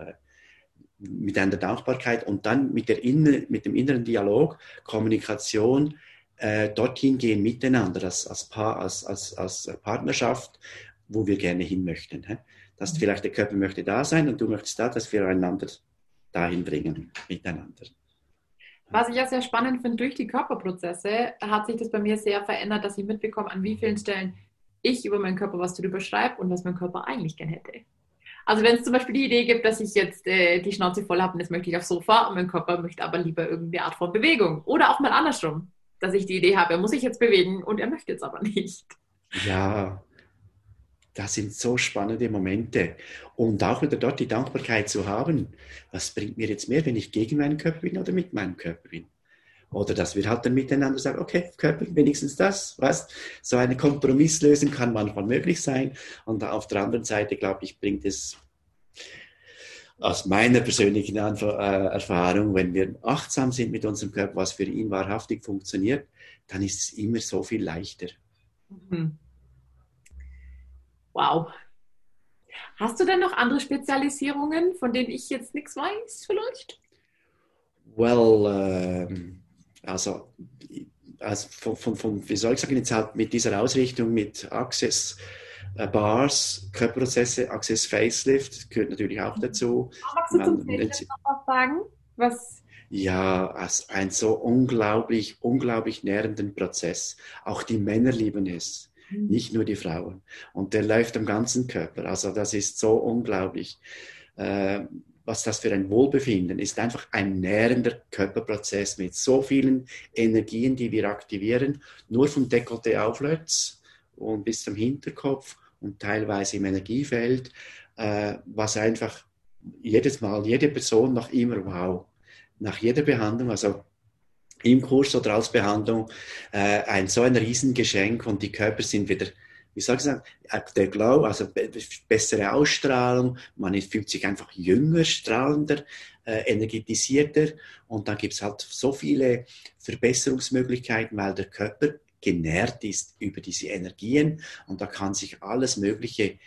mit einer Dankbarkeit und dann mit dem inneren Dialog, Kommunikation, dorthin gehen miteinander als Paar, als Partnerschaft, wo wir gerne hin möchten. Dass vielleicht der Körper möchte da sein und du möchtest da, dass wir einander dahin bringen, miteinander. Was ich ja sehr spannend finde, durch die Körperprozesse hat sich das bei mir sehr verändert, dass ich mitbekomme, an wie vielen Stellen ich über meinen Körper was drüber schreibe und was mein Körper eigentlich gern hätte. Also wenn es zum Beispiel die Idee gibt, dass ich jetzt die Schnauze voll habe und das möchte ich aufs Sofa und mein Körper möchte aber lieber irgendeine Art von Bewegung. Oder auch mal andersrum, dass ich die Idee habe, er muss sich jetzt bewegen und er möchte jetzt aber nicht. Ja, das sind so spannende Momente. Und auch wieder dort die Dankbarkeit zu haben, was bringt mir jetzt mehr, wenn ich gegen meinen Körper bin oder mit meinem Körper bin? Oder dass wir halt dann miteinander sagen, okay, Körper, wenigstens das, was? So eine Kompromisslösung kann manchmal möglich sein. Und auf der anderen Seite, glaube ich, bringt es aus meiner persönlichen Erfahrung, wenn wir achtsam sind mit unserem Körper, was für ihn wahrhaftig funktioniert, dann ist es immer so viel leichter. Mhm. Wow. Hast du denn noch andere Spezialisierungen, von denen ich jetzt nichts weiß, vielleicht? Well, wie soll ich sagen, jetzt halt mit dieser Ausrichtung mit Access Bars, Körperprozesse, Access Facelift gehört natürlich auch dazu. Magst du zum Facelift noch was sagen? Was? Ja, als ein so unglaublich, unglaublich nährenden Prozess. Auch die Männer lieben es, nicht nur die Frauen. Und der läuft am ganzen Körper. Also das ist so unglaublich. Was das für ein Wohlbefinden ist, einfach ein nährender Körperprozess mit so vielen Energien, die wir aktivieren, nur vom Dekolleté aufwärts und bis zum Hinterkopf und teilweise im Energiefeld, was einfach jedes Mal, jede Person noch immer wow. Nach jeder Behandlung, also im Kurs oder als Behandlung, so ein Riesengeschenk und die Körper sind wieder, wie soll ich sagen, der Glow, also bessere Ausstrahlung, man fühlt sich einfach jünger, strahlender, energetisierter und dann gibt es halt so viele Verbesserungsmöglichkeiten, weil der Körper genährt ist über diese Energien und da kann sich alles Mögliche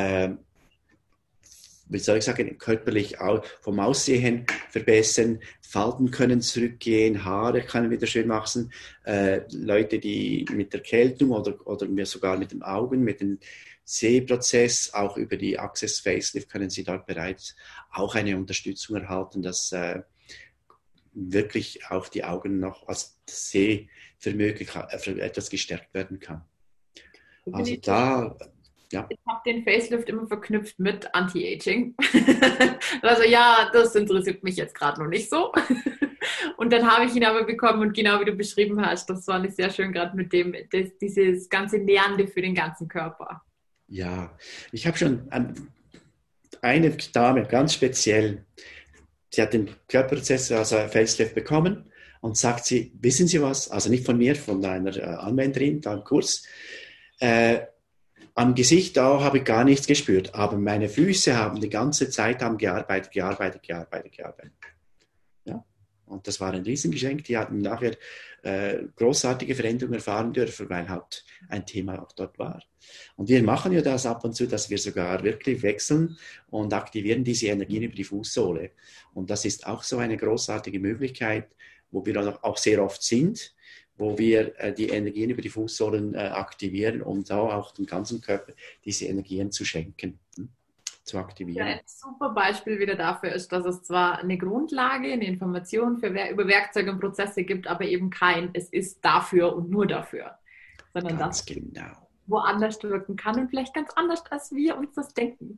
wie soll ich sagen, körperlich vom Aussehen verbessern, Falten können zurückgehen, Haare können wieder schön wachsen, Leute, die mit Erkältung oder sogar mit den Augen, mit dem Sehprozess, auch über die Access Facelift können Sie dort bereits auch eine Unterstützung erhalten, dass wirklich auch die Augen noch als Sehvermögen etwas gestärkt werden kann. Also da Ja. Ich habe den Facelift immer verknüpft mit Anti-Aging. Also ja, das interessiert mich jetzt gerade noch nicht so. Und dann habe ich ihn aber bekommen und genau wie du beschrieben hast, das fand ich sehr schön, gerade mit dem, dieses ganze Nährende für den ganzen Körper. Ja, ich habe schon eine Dame ganz speziell, sie hat den Körperprozess, also Facelift bekommen und sagt sie, wissen Sie was, also nicht von mir, von einer Anwenderin da im Kurs, äh, am Gesicht da habe ich gar nichts gespürt, aber meine Füße haben die ganze Zeit gearbeitet, gearbeitet, gearbeitet, gearbeitet. Ja? Und das war ein Riesengeschenk. Die hatten nachher großartige Veränderungen erfahren dürfen, weil halt ein Thema auch dort war. Und wir machen ja das ab und zu, dass wir sogar wirklich wechseln und aktivieren diese Energien über die Fußsohle. Und das ist auch so eine großartige Möglichkeit, wo wir auch sehr oft sind, wo wir die Energien über die Fußsohlen aktivieren, um da auch dem ganzen Körper diese Energien zu schenken, zu Ja, aktivieren. ein super Beispiel wieder dafür ist, dass es zwar eine Grundlage, eine Information über Werkzeuge und Prozesse gibt, aber eben kein, es ist dafür und nur dafür, sondern das Ganz genau. woanders wirken kann und vielleicht ganz anders, als wir uns das denken.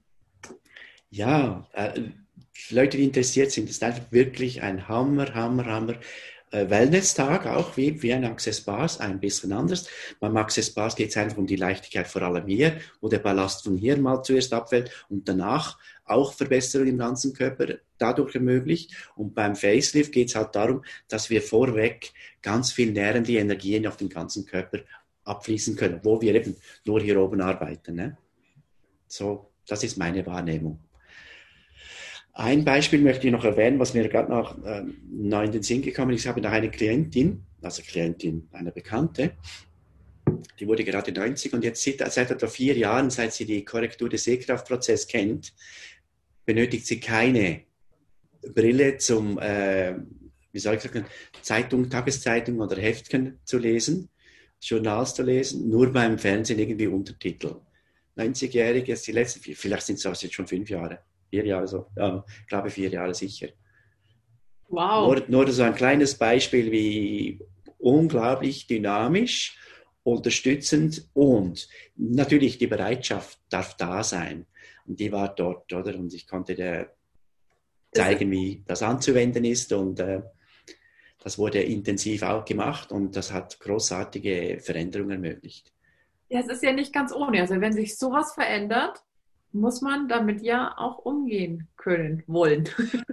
Ja, Leute, die interessiert sind, ist einfach wirklich ein Hammer, Hammer, Hammer. Wellness-Tag auch, wie ein Access Bars, ein bisschen anders. Beim Access Bars geht es einfach um die Leichtigkeit, vor allem hier, wo der Ballast von hier mal zuerst abfällt und danach auch Verbesserungen im ganzen Körper dadurch ermöglicht. Und beim Facelift geht es halt darum, dass wir vorweg ganz viel nährende Energien auf den ganzen Körper abfließen können, wo wir eben nur hier oben arbeiten. Ne? So, das ist meine Wahrnehmung. Ein Beispiel möchte ich noch erwähnen, was mir gerade noch in den Sinn gekommen ist. Ich habe noch eine Klientin, eine Bekannte, die wurde gerade 90 und jetzt seit etwa 4 Jahren, seit sie die Korrektur des Sehkraftprozesses kennt, benötigt sie keine Brille zum, wie soll ich sagen, Tageszeitung oder Heftchen zu lesen, Journals zu lesen, nur beim Fernsehen irgendwie Untertitel. 90-Jährige, die letzten, vielleicht sind es jetzt schon 5 Jahre. 4 Jahre so, ja, ich glaube 4 Jahre sicher. Wow. Nur so ein kleines Beispiel, wie unglaublich dynamisch, unterstützend und natürlich die Bereitschaft darf da sein. Und die war dort, oder? Und ich konnte dir zeigen, wie das anzuwenden ist und das wurde intensiv auch gemacht und das hat großartige Veränderungen ermöglicht. Ja, es ist ja nicht ganz ohne. Also wenn sich sowas verändert, muss man damit ja auch umgehen können, wollen.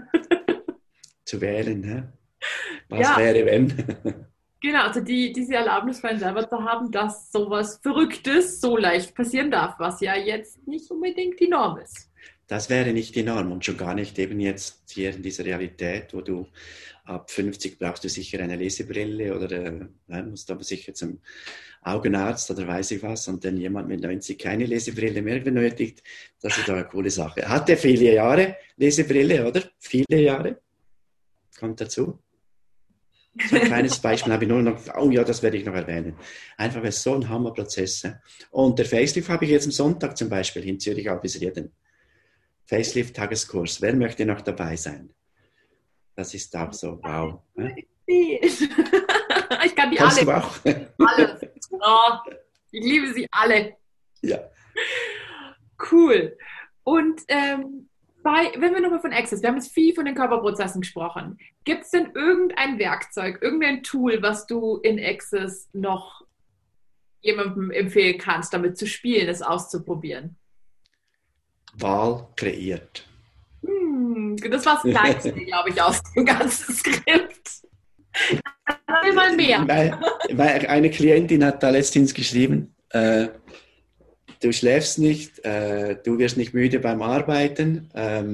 Zu wählen, ne? Was Ja, wäre, wenn? genau. Also diese Erlaubnis für einen selber zu haben, dass sowas Verrücktes so leicht passieren darf, was ja jetzt nicht unbedingt die Norm ist. Das wäre nicht die Norm und schon gar nicht eben jetzt hier in dieser Realität, wo du ab 50 brauchst du sicher eine Lesebrille oder musst aber sicher zum Augenarzt oder weiß ich was und dann jemand mit 90 keine Lesebrille mehr benötigt. Das ist doch eine coole Sache. Hatte viele Jahre Lesebrille, oder? Viele Jahre. Kommt dazu. So ein kleines Beispiel habe ich nur noch, oh ja, das werde ich noch erwähnen. Einfach, weil es so ein Hammerprozess ist. Und der Facelift habe ich jetzt am Sonntag zum Beispiel in Zürich auch bis jeden. Facelift-Tageskurs. Wer möchte noch dabei sein? Das ist auch so, wow. Ich kann die Kannst alle. du auch? Alles. Oh, ich liebe sie alle. Ja. Cool. Und wenn wir nochmal von Access, wir haben jetzt viel von den Körperprozessen gesprochen. Gibt es denn irgendein Werkzeug, irgendein Tool, was du in Access noch jemandem empfehlen kannst, damit zu spielen, es auszuprobieren? Wahl kreiert. Das war das Kleinste, glaube ich, aus dem ganzen Skript. Mal mehr. Weil eine Klientin hat da letztens geschrieben, du schläfst nicht, du wirst nicht müde beim Arbeiten,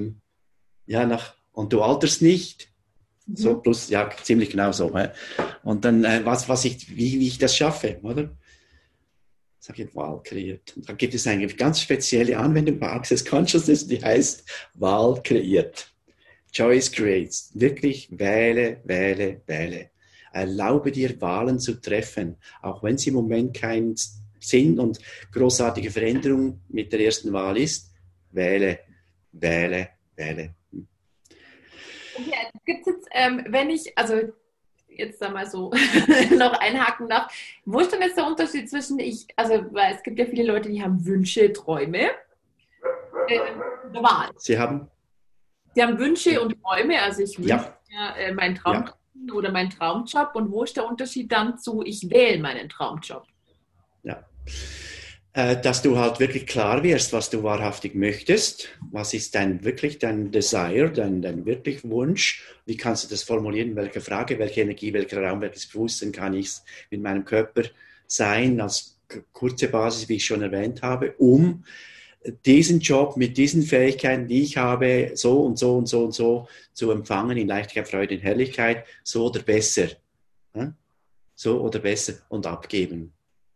und du alterst nicht. So plus, ja, ziemlich genau so. Und dann, wie ich das schaffe, oder? Sag ich, Wahl kreiert. Und dann gibt es eine ganz spezielle Anwendung bei Access Consciousness, die heißt Wahl kreiert. Choice creates. Wirklich wähle, wähle, wähle. Erlaube dir, Wahlen zu treffen, auch wenn sie im Moment kein Sinn und großartige Veränderung mit der ersten Wahl ist. Wähle, wähle, wähle. Okay, gibt es jetzt, wenn ich, also jetzt da mal so noch einhaken darf, wo ist denn jetzt der Unterschied zwischen weil es gibt ja viele Leute, die haben Wünsche, Träume, Wahl. Sie haben Wünsche und Träume, also ich wünsche ja, mir meinen Traum ja, oder meinen Traumjob. Und wo ist der Unterschied dann zu, ich wähle meinen Traumjob? ja. Dass du halt wirklich klar wirst, was du wahrhaftig möchtest. Was ist dein Desire, dein wirklich Wunsch? Wie kannst du das formulieren? Welche Frage, welche Energie, welcher Raum, welches Bewusstsein kann ich mit meinem Körper sein? Als kurze Basis, wie ich schon erwähnt habe, um diesen Job mit diesen Fähigkeiten, die ich habe, so und so und so und so zu empfangen, in Leichtigkeit, Freude und Herrlichkeit, so oder besser. So oder besser und abgeben.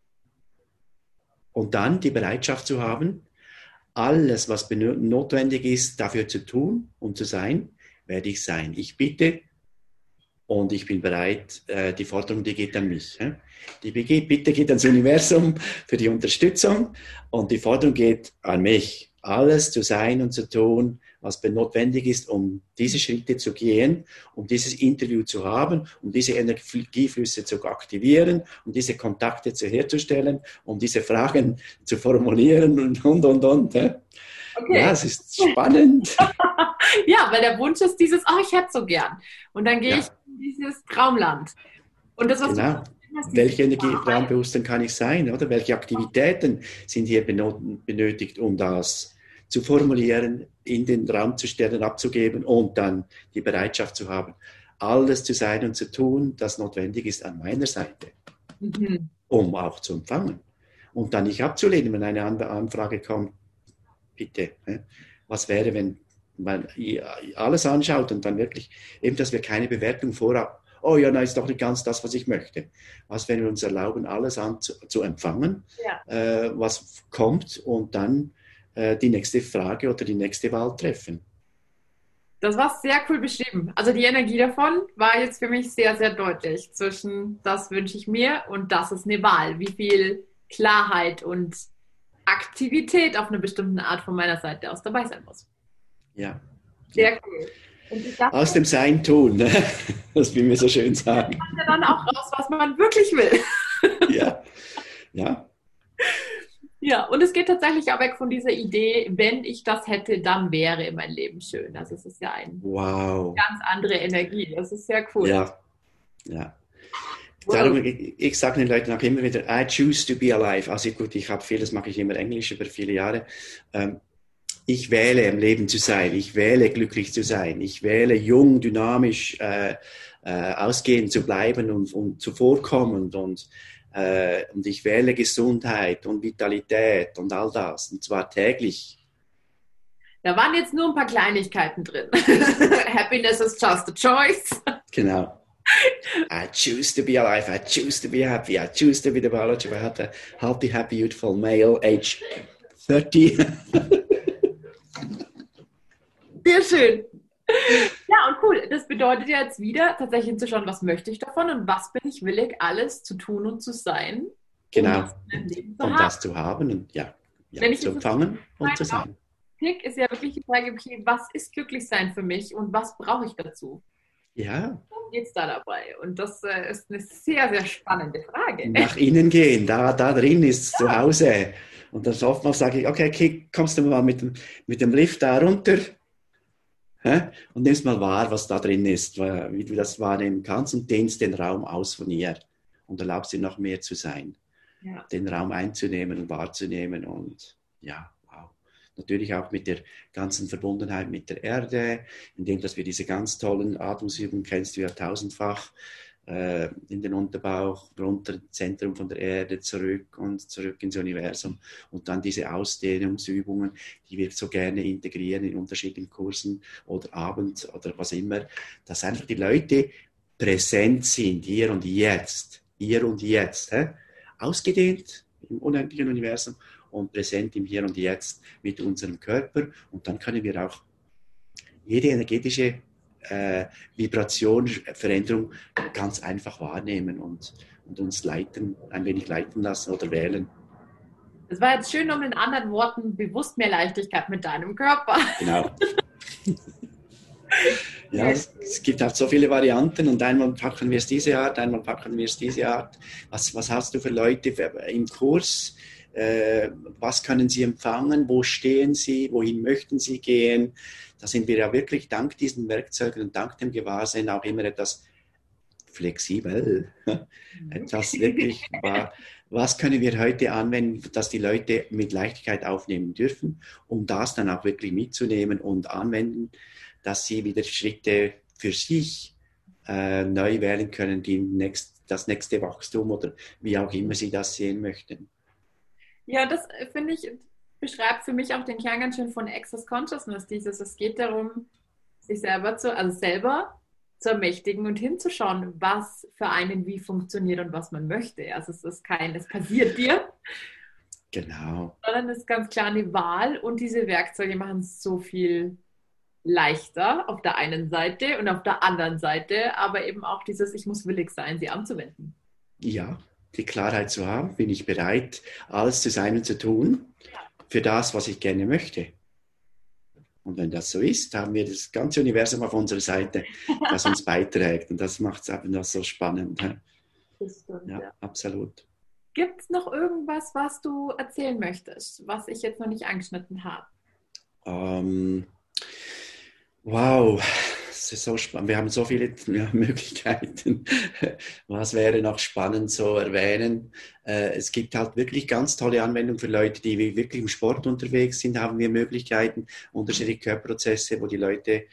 Und dann die Bereitschaft zu haben, alles, was notwendig ist, dafür zu tun und zu sein, werde ich sein. Ich bitte und ich bin bereit, die Forderung, die geht an mich. Die Bitte geht ans Universum für die Unterstützung und die Forderung geht an mich. Alles zu sein und zu tun, was notwendig ist, um diese Schritte zu gehen, um dieses Interview zu haben, um diese Energieflüsse zu aktivieren, um diese Kontakte herzustellen, um diese Fragen zu formulieren und. Okay. Ja, es ist spannend. Ja, weil der Wunsch ist dieses, ich hätte so gern. Und dann gehe ich in dieses Traumland. Und das, was genau. Welche Energieraumbewusstsein kann ich sein? Oder welche Aktivitäten sind hier benötigt, um das zu formulieren, in den Raum zu stellen, abzugeben und dann die Bereitschaft zu haben, alles zu sein und zu tun, das notwendig ist an meiner Seite, um auch zu empfangen. Und dann nicht abzulehnen, wenn eine Anfrage kommt, bitte, was wäre, wenn man alles anschaut und dann wirklich, eben, dass wir keine Bewertung vorab, oh ja, nein, ist doch nicht ganz das, was ich möchte. Was, wenn wir uns erlauben, alles zu empfangen, was kommt und dann die nächste Frage oder die nächste Wahl treffen. Das war sehr cool beschrieben. Also die Energie davon war jetzt für mich sehr, sehr deutlich zwischen das wünsche ich mir und das ist eine Wahl. Wie viel Klarheit und Aktivität auf eine bestimmte Art von meiner Seite aus dabei sein muss. Ja. Sehr cool. Aus dem Sein tun, das will mir so schön sagen. Man kann ja dann auch raus, was man wirklich will. Ja, ja. Ja, und es geht tatsächlich auch weg von dieser Idee, wenn ich das hätte, dann wäre mein Leben schön. Also es ist ja eine ganz andere Energie. Das ist sehr cool. Ja, ja. Wow. Darum, ich sage den Leuten auch immer wieder, I choose to be alive. Also gut, das mache ich immer Englisch über viele Jahre. Ich wähle, im Leben zu sein. Ich wähle, glücklich zu sein. Ich wähle, jung, dynamisch, ausgehend zu bleiben und zuvorkommend und ich wähle Gesundheit und Vitalität und all das. Und zwar täglich. Da waren jetzt nur ein paar Kleinigkeiten drin. Happiness is just a choice. Genau. I choose to be alive. I choose to be happy. I choose to be the biology. I had a healthy, happy, youthful male, age 30. Sehr schön. Ja, und cool. Das bedeutet jetzt wieder, tatsächlich hinzuschauen, was möchte ich davon und was bin ich willig, alles zu tun und zu sein. Genau. Um das zu haben und zu empfangen und zu sein. Pick ist ja wirklich die Frage, okay, was ist glücklich sein für mich und was brauche ich dazu? Ja. Worum geht es da dabei? Und das ist eine sehr, sehr spannende Frage. Nach innen gehen, da drin ist zu Hause. Und dann oftmals sage ich, okay, kommst du mal mit dem Lift da runter? Und nimmst mal wahr, was da drin ist, wie du das wahrnehmen kannst und dehnst den Raum aus von ihr und erlaubst dir noch mehr zu sein, den Raum einzunehmen und wahrzunehmen und wow. Natürlich auch mit der ganzen Verbundenheit mit der Erde, indem dass wir diese ganz tollen Atmungsübungen, kennst du ja tausendfach, in den Unterbauch, runter ins Zentrum von der Erde, zurück ins Universum und dann diese Ausdehnungsübungen, die wir so gerne integrieren in unterschiedlichen Kursen oder Abend oder was immer, dass einfach die Leute präsent sind, hier und jetzt, ausgedehnt im unendlichen Universum und präsent im Hier und Jetzt mit unserem Körper und dann können wir auch jede energetische Vibration, Veränderung ganz einfach wahrnehmen und uns ein wenig leiten lassen oder wählen. Das war jetzt schön, in anderen Worten, bewusst mehr Leichtigkeit mit deinem Körper. Genau. Ja, es gibt halt so viele Varianten und einmal packen wir es diese Art, einmal packen wir es diese Art. Was hast du für Leute im Kurs? Was können sie empfangen? Wo stehen sie? Wohin möchten sie gehen? Da sind wir ja wirklich dank diesen Werkzeugen und dank dem Gewahrsein auch immer etwas flexibel. Etwas wirklich war. Was können wir heute anwenden, dass die Leute mit Leichtigkeit aufnehmen dürfen, um das dann auch wirklich mitzunehmen und anwenden, dass sie wieder Schritte für sich neu wählen können, das nächste Wachstum oder wie auch immer sie das sehen möchten. Ja, das finde ich, beschreibt für mich auch den Kern ganz schön von Access Consciousness. Es geht darum, sich selber zu ermächtigen und hinzuschauen, was für einen wie funktioniert und was man möchte. Also es passiert dir, Genau. sondern es ist ganz klar eine Wahl und diese Werkzeuge machen es so viel leichter auf der einen Seite und auf der anderen Seite, aber eben auch ich muss willig sein, sie anzuwenden. Ja, die Klarheit zu haben, bin ich bereit, alles zu sein und zu tun für das, was ich gerne möchte. Und wenn das so ist, haben wir das ganze Universum auf unserer Seite, das uns beiträgt. Und das macht es eben so spannend. Das stimmt, Ja, ja. absolut. Gibt es noch irgendwas, was du erzählen möchtest, was ich jetzt noch nicht angeschnitten habe? Ähm, wow, es ist so spannend. Wir haben so viele Möglichkeiten. Was wäre noch spannend zu erwähnen? Es gibt halt wirklich ganz tolle Anwendungen für Leute, die wirklich im Sport unterwegs sind, haben wir Möglichkeiten, unterschiedliche Körperprozesse, wo die Leute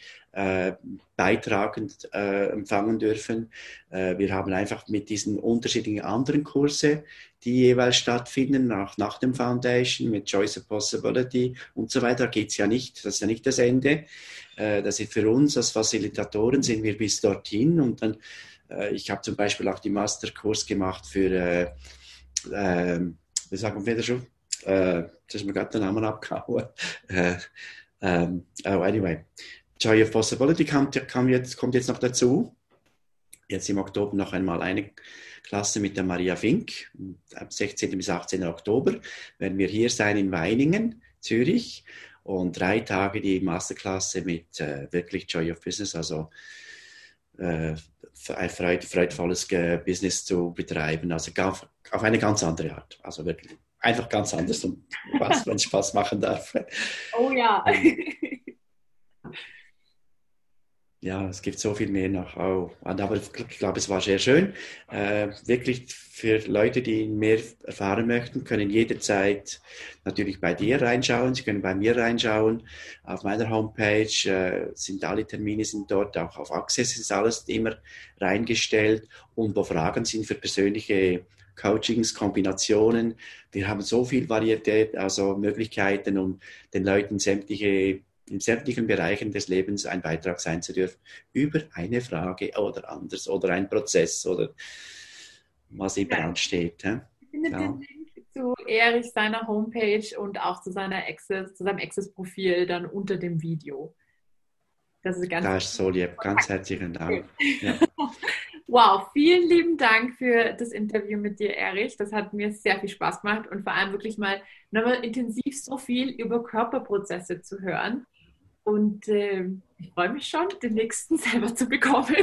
beitragend empfangen dürfen. Wir haben einfach mit diesen unterschiedlichen anderen Kurse, die jeweils stattfinden, nach dem Foundation, mit Choice of Possibility und so weiter, geht es ja nicht, das ist ja nicht das Ende. Das ist für uns als Facilitatoren sind wir bis dorthin und dann, ich habe zum Beispiel auch den Masterkurs gemacht für, wie sagen wir das schon? Das ist mir gerade der Name abgehauen. Anyway, Joy of Possibility kommt jetzt noch dazu. Jetzt im Oktober noch einmal eine Klasse mit der Maria Fink. Am 16. bis 18. Oktober werden wir hier sein in Weiningen, Zürich. Und 3 Tage die Masterklasse mit wirklich Joy of Business, also ein freudvolles Business zu betreiben. Also auf eine ganz andere Art. Also wirklich einfach ganz anders und was, wenn es Spaß machen darf. Oh ja. Ja, es gibt so viel mehr noch. Oh. Aber ich glaube, es war sehr schön. Wirklich für Leute, die mehr erfahren möchten, können jederzeit natürlich bei dir reinschauen. Sie können bei mir reinschauen. Auf meiner Homepage sind alle Termine sind dort. Auch auf Access ist alles immer reingestellt. Und wo Fragen sind für persönliche Coachings, Kombinationen. Wir haben so viel Varietät, also Möglichkeiten, um den Leuten in sämtlichen Bereichen des Lebens ein Beitrag sein zu dürfen, über eine Frage oder anders oder ein Prozess oder was immer ansteht. Ich finde den Link zu Erich, seiner Homepage und auch zu seinem Access-Profil dann unter dem Video. Das ist ganz Das ist so lieb. Ganz herzlichen Dank. Ja. Wow, vielen lieben Dank für das Interview mit dir, Erich. Das hat mir sehr viel Spaß gemacht und vor allem wirklich mal nochmal intensiv so viel über Körperprozesse zu hören. Und ich freue mich schon, den nächsten selber zu bekommen.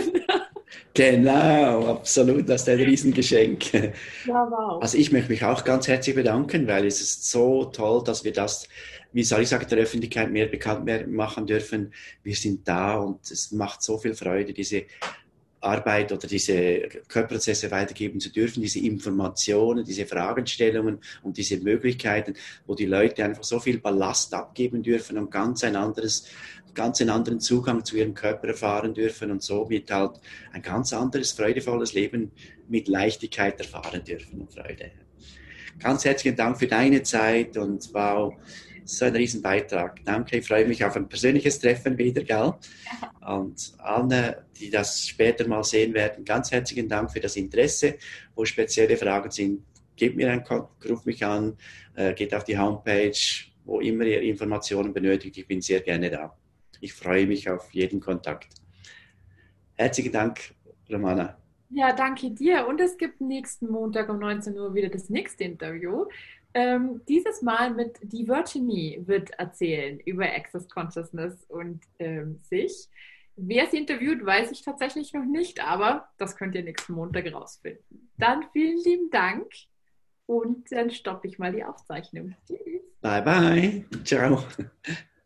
Genau, absolut, das ist ein Riesengeschenk. Ja, wow. Also ich möchte mich auch ganz herzlich bedanken, weil es ist so toll, dass wir das, wie soll ich sagen, der Öffentlichkeit mehr bekannt machen dürfen. Wir sind da und es macht so viel Freude, diese Arbeit oder diese Körperprozesse weitergeben zu dürfen, diese Informationen, diese Fragestellungen und diese Möglichkeiten, wo die Leute einfach so viel Ballast abgeben dürfen und ganz einen anderen Zugang zu ihrem Körper erfahren dürfen und so wird halt ein ganz anderes, freudevolles Leben mit Leichtigkeit erfahren dürfen und Freude. Ganz herzlichen Dank für deine Zeit und wow, so ein Riesenbeitrag. Danke, ich freue mich auf ein persönliches Treffen wieder, gell? Und allen, die das später mal sehen werden, ganz herzlichen Dank für das Interesse. Wo spezielle Fragen sind, gebt mir ruf mich an, geht auf die Homepage, wo immer ihr Informationen benötigt. Ich bin sehr gerne da. Ich freue mich auf jeden Kontakt. Herzlichen Dank, Romana. Ja, danke dir. Und es gibt nächsten Montag um 19 Uhr wieder das nächste Interview. Dieses Mal mit die Virginie wird erzählen über Access Consciousness und sich. Wer sie interviewt, weiß ich tatsächlich noch nicht, aber das könnt ihr nächsten Montag rausfinden. Dann vielen lieben Dank und dann stoppe ich mal die Aufzeichnung. Tschüss. Bye bye. Ciao.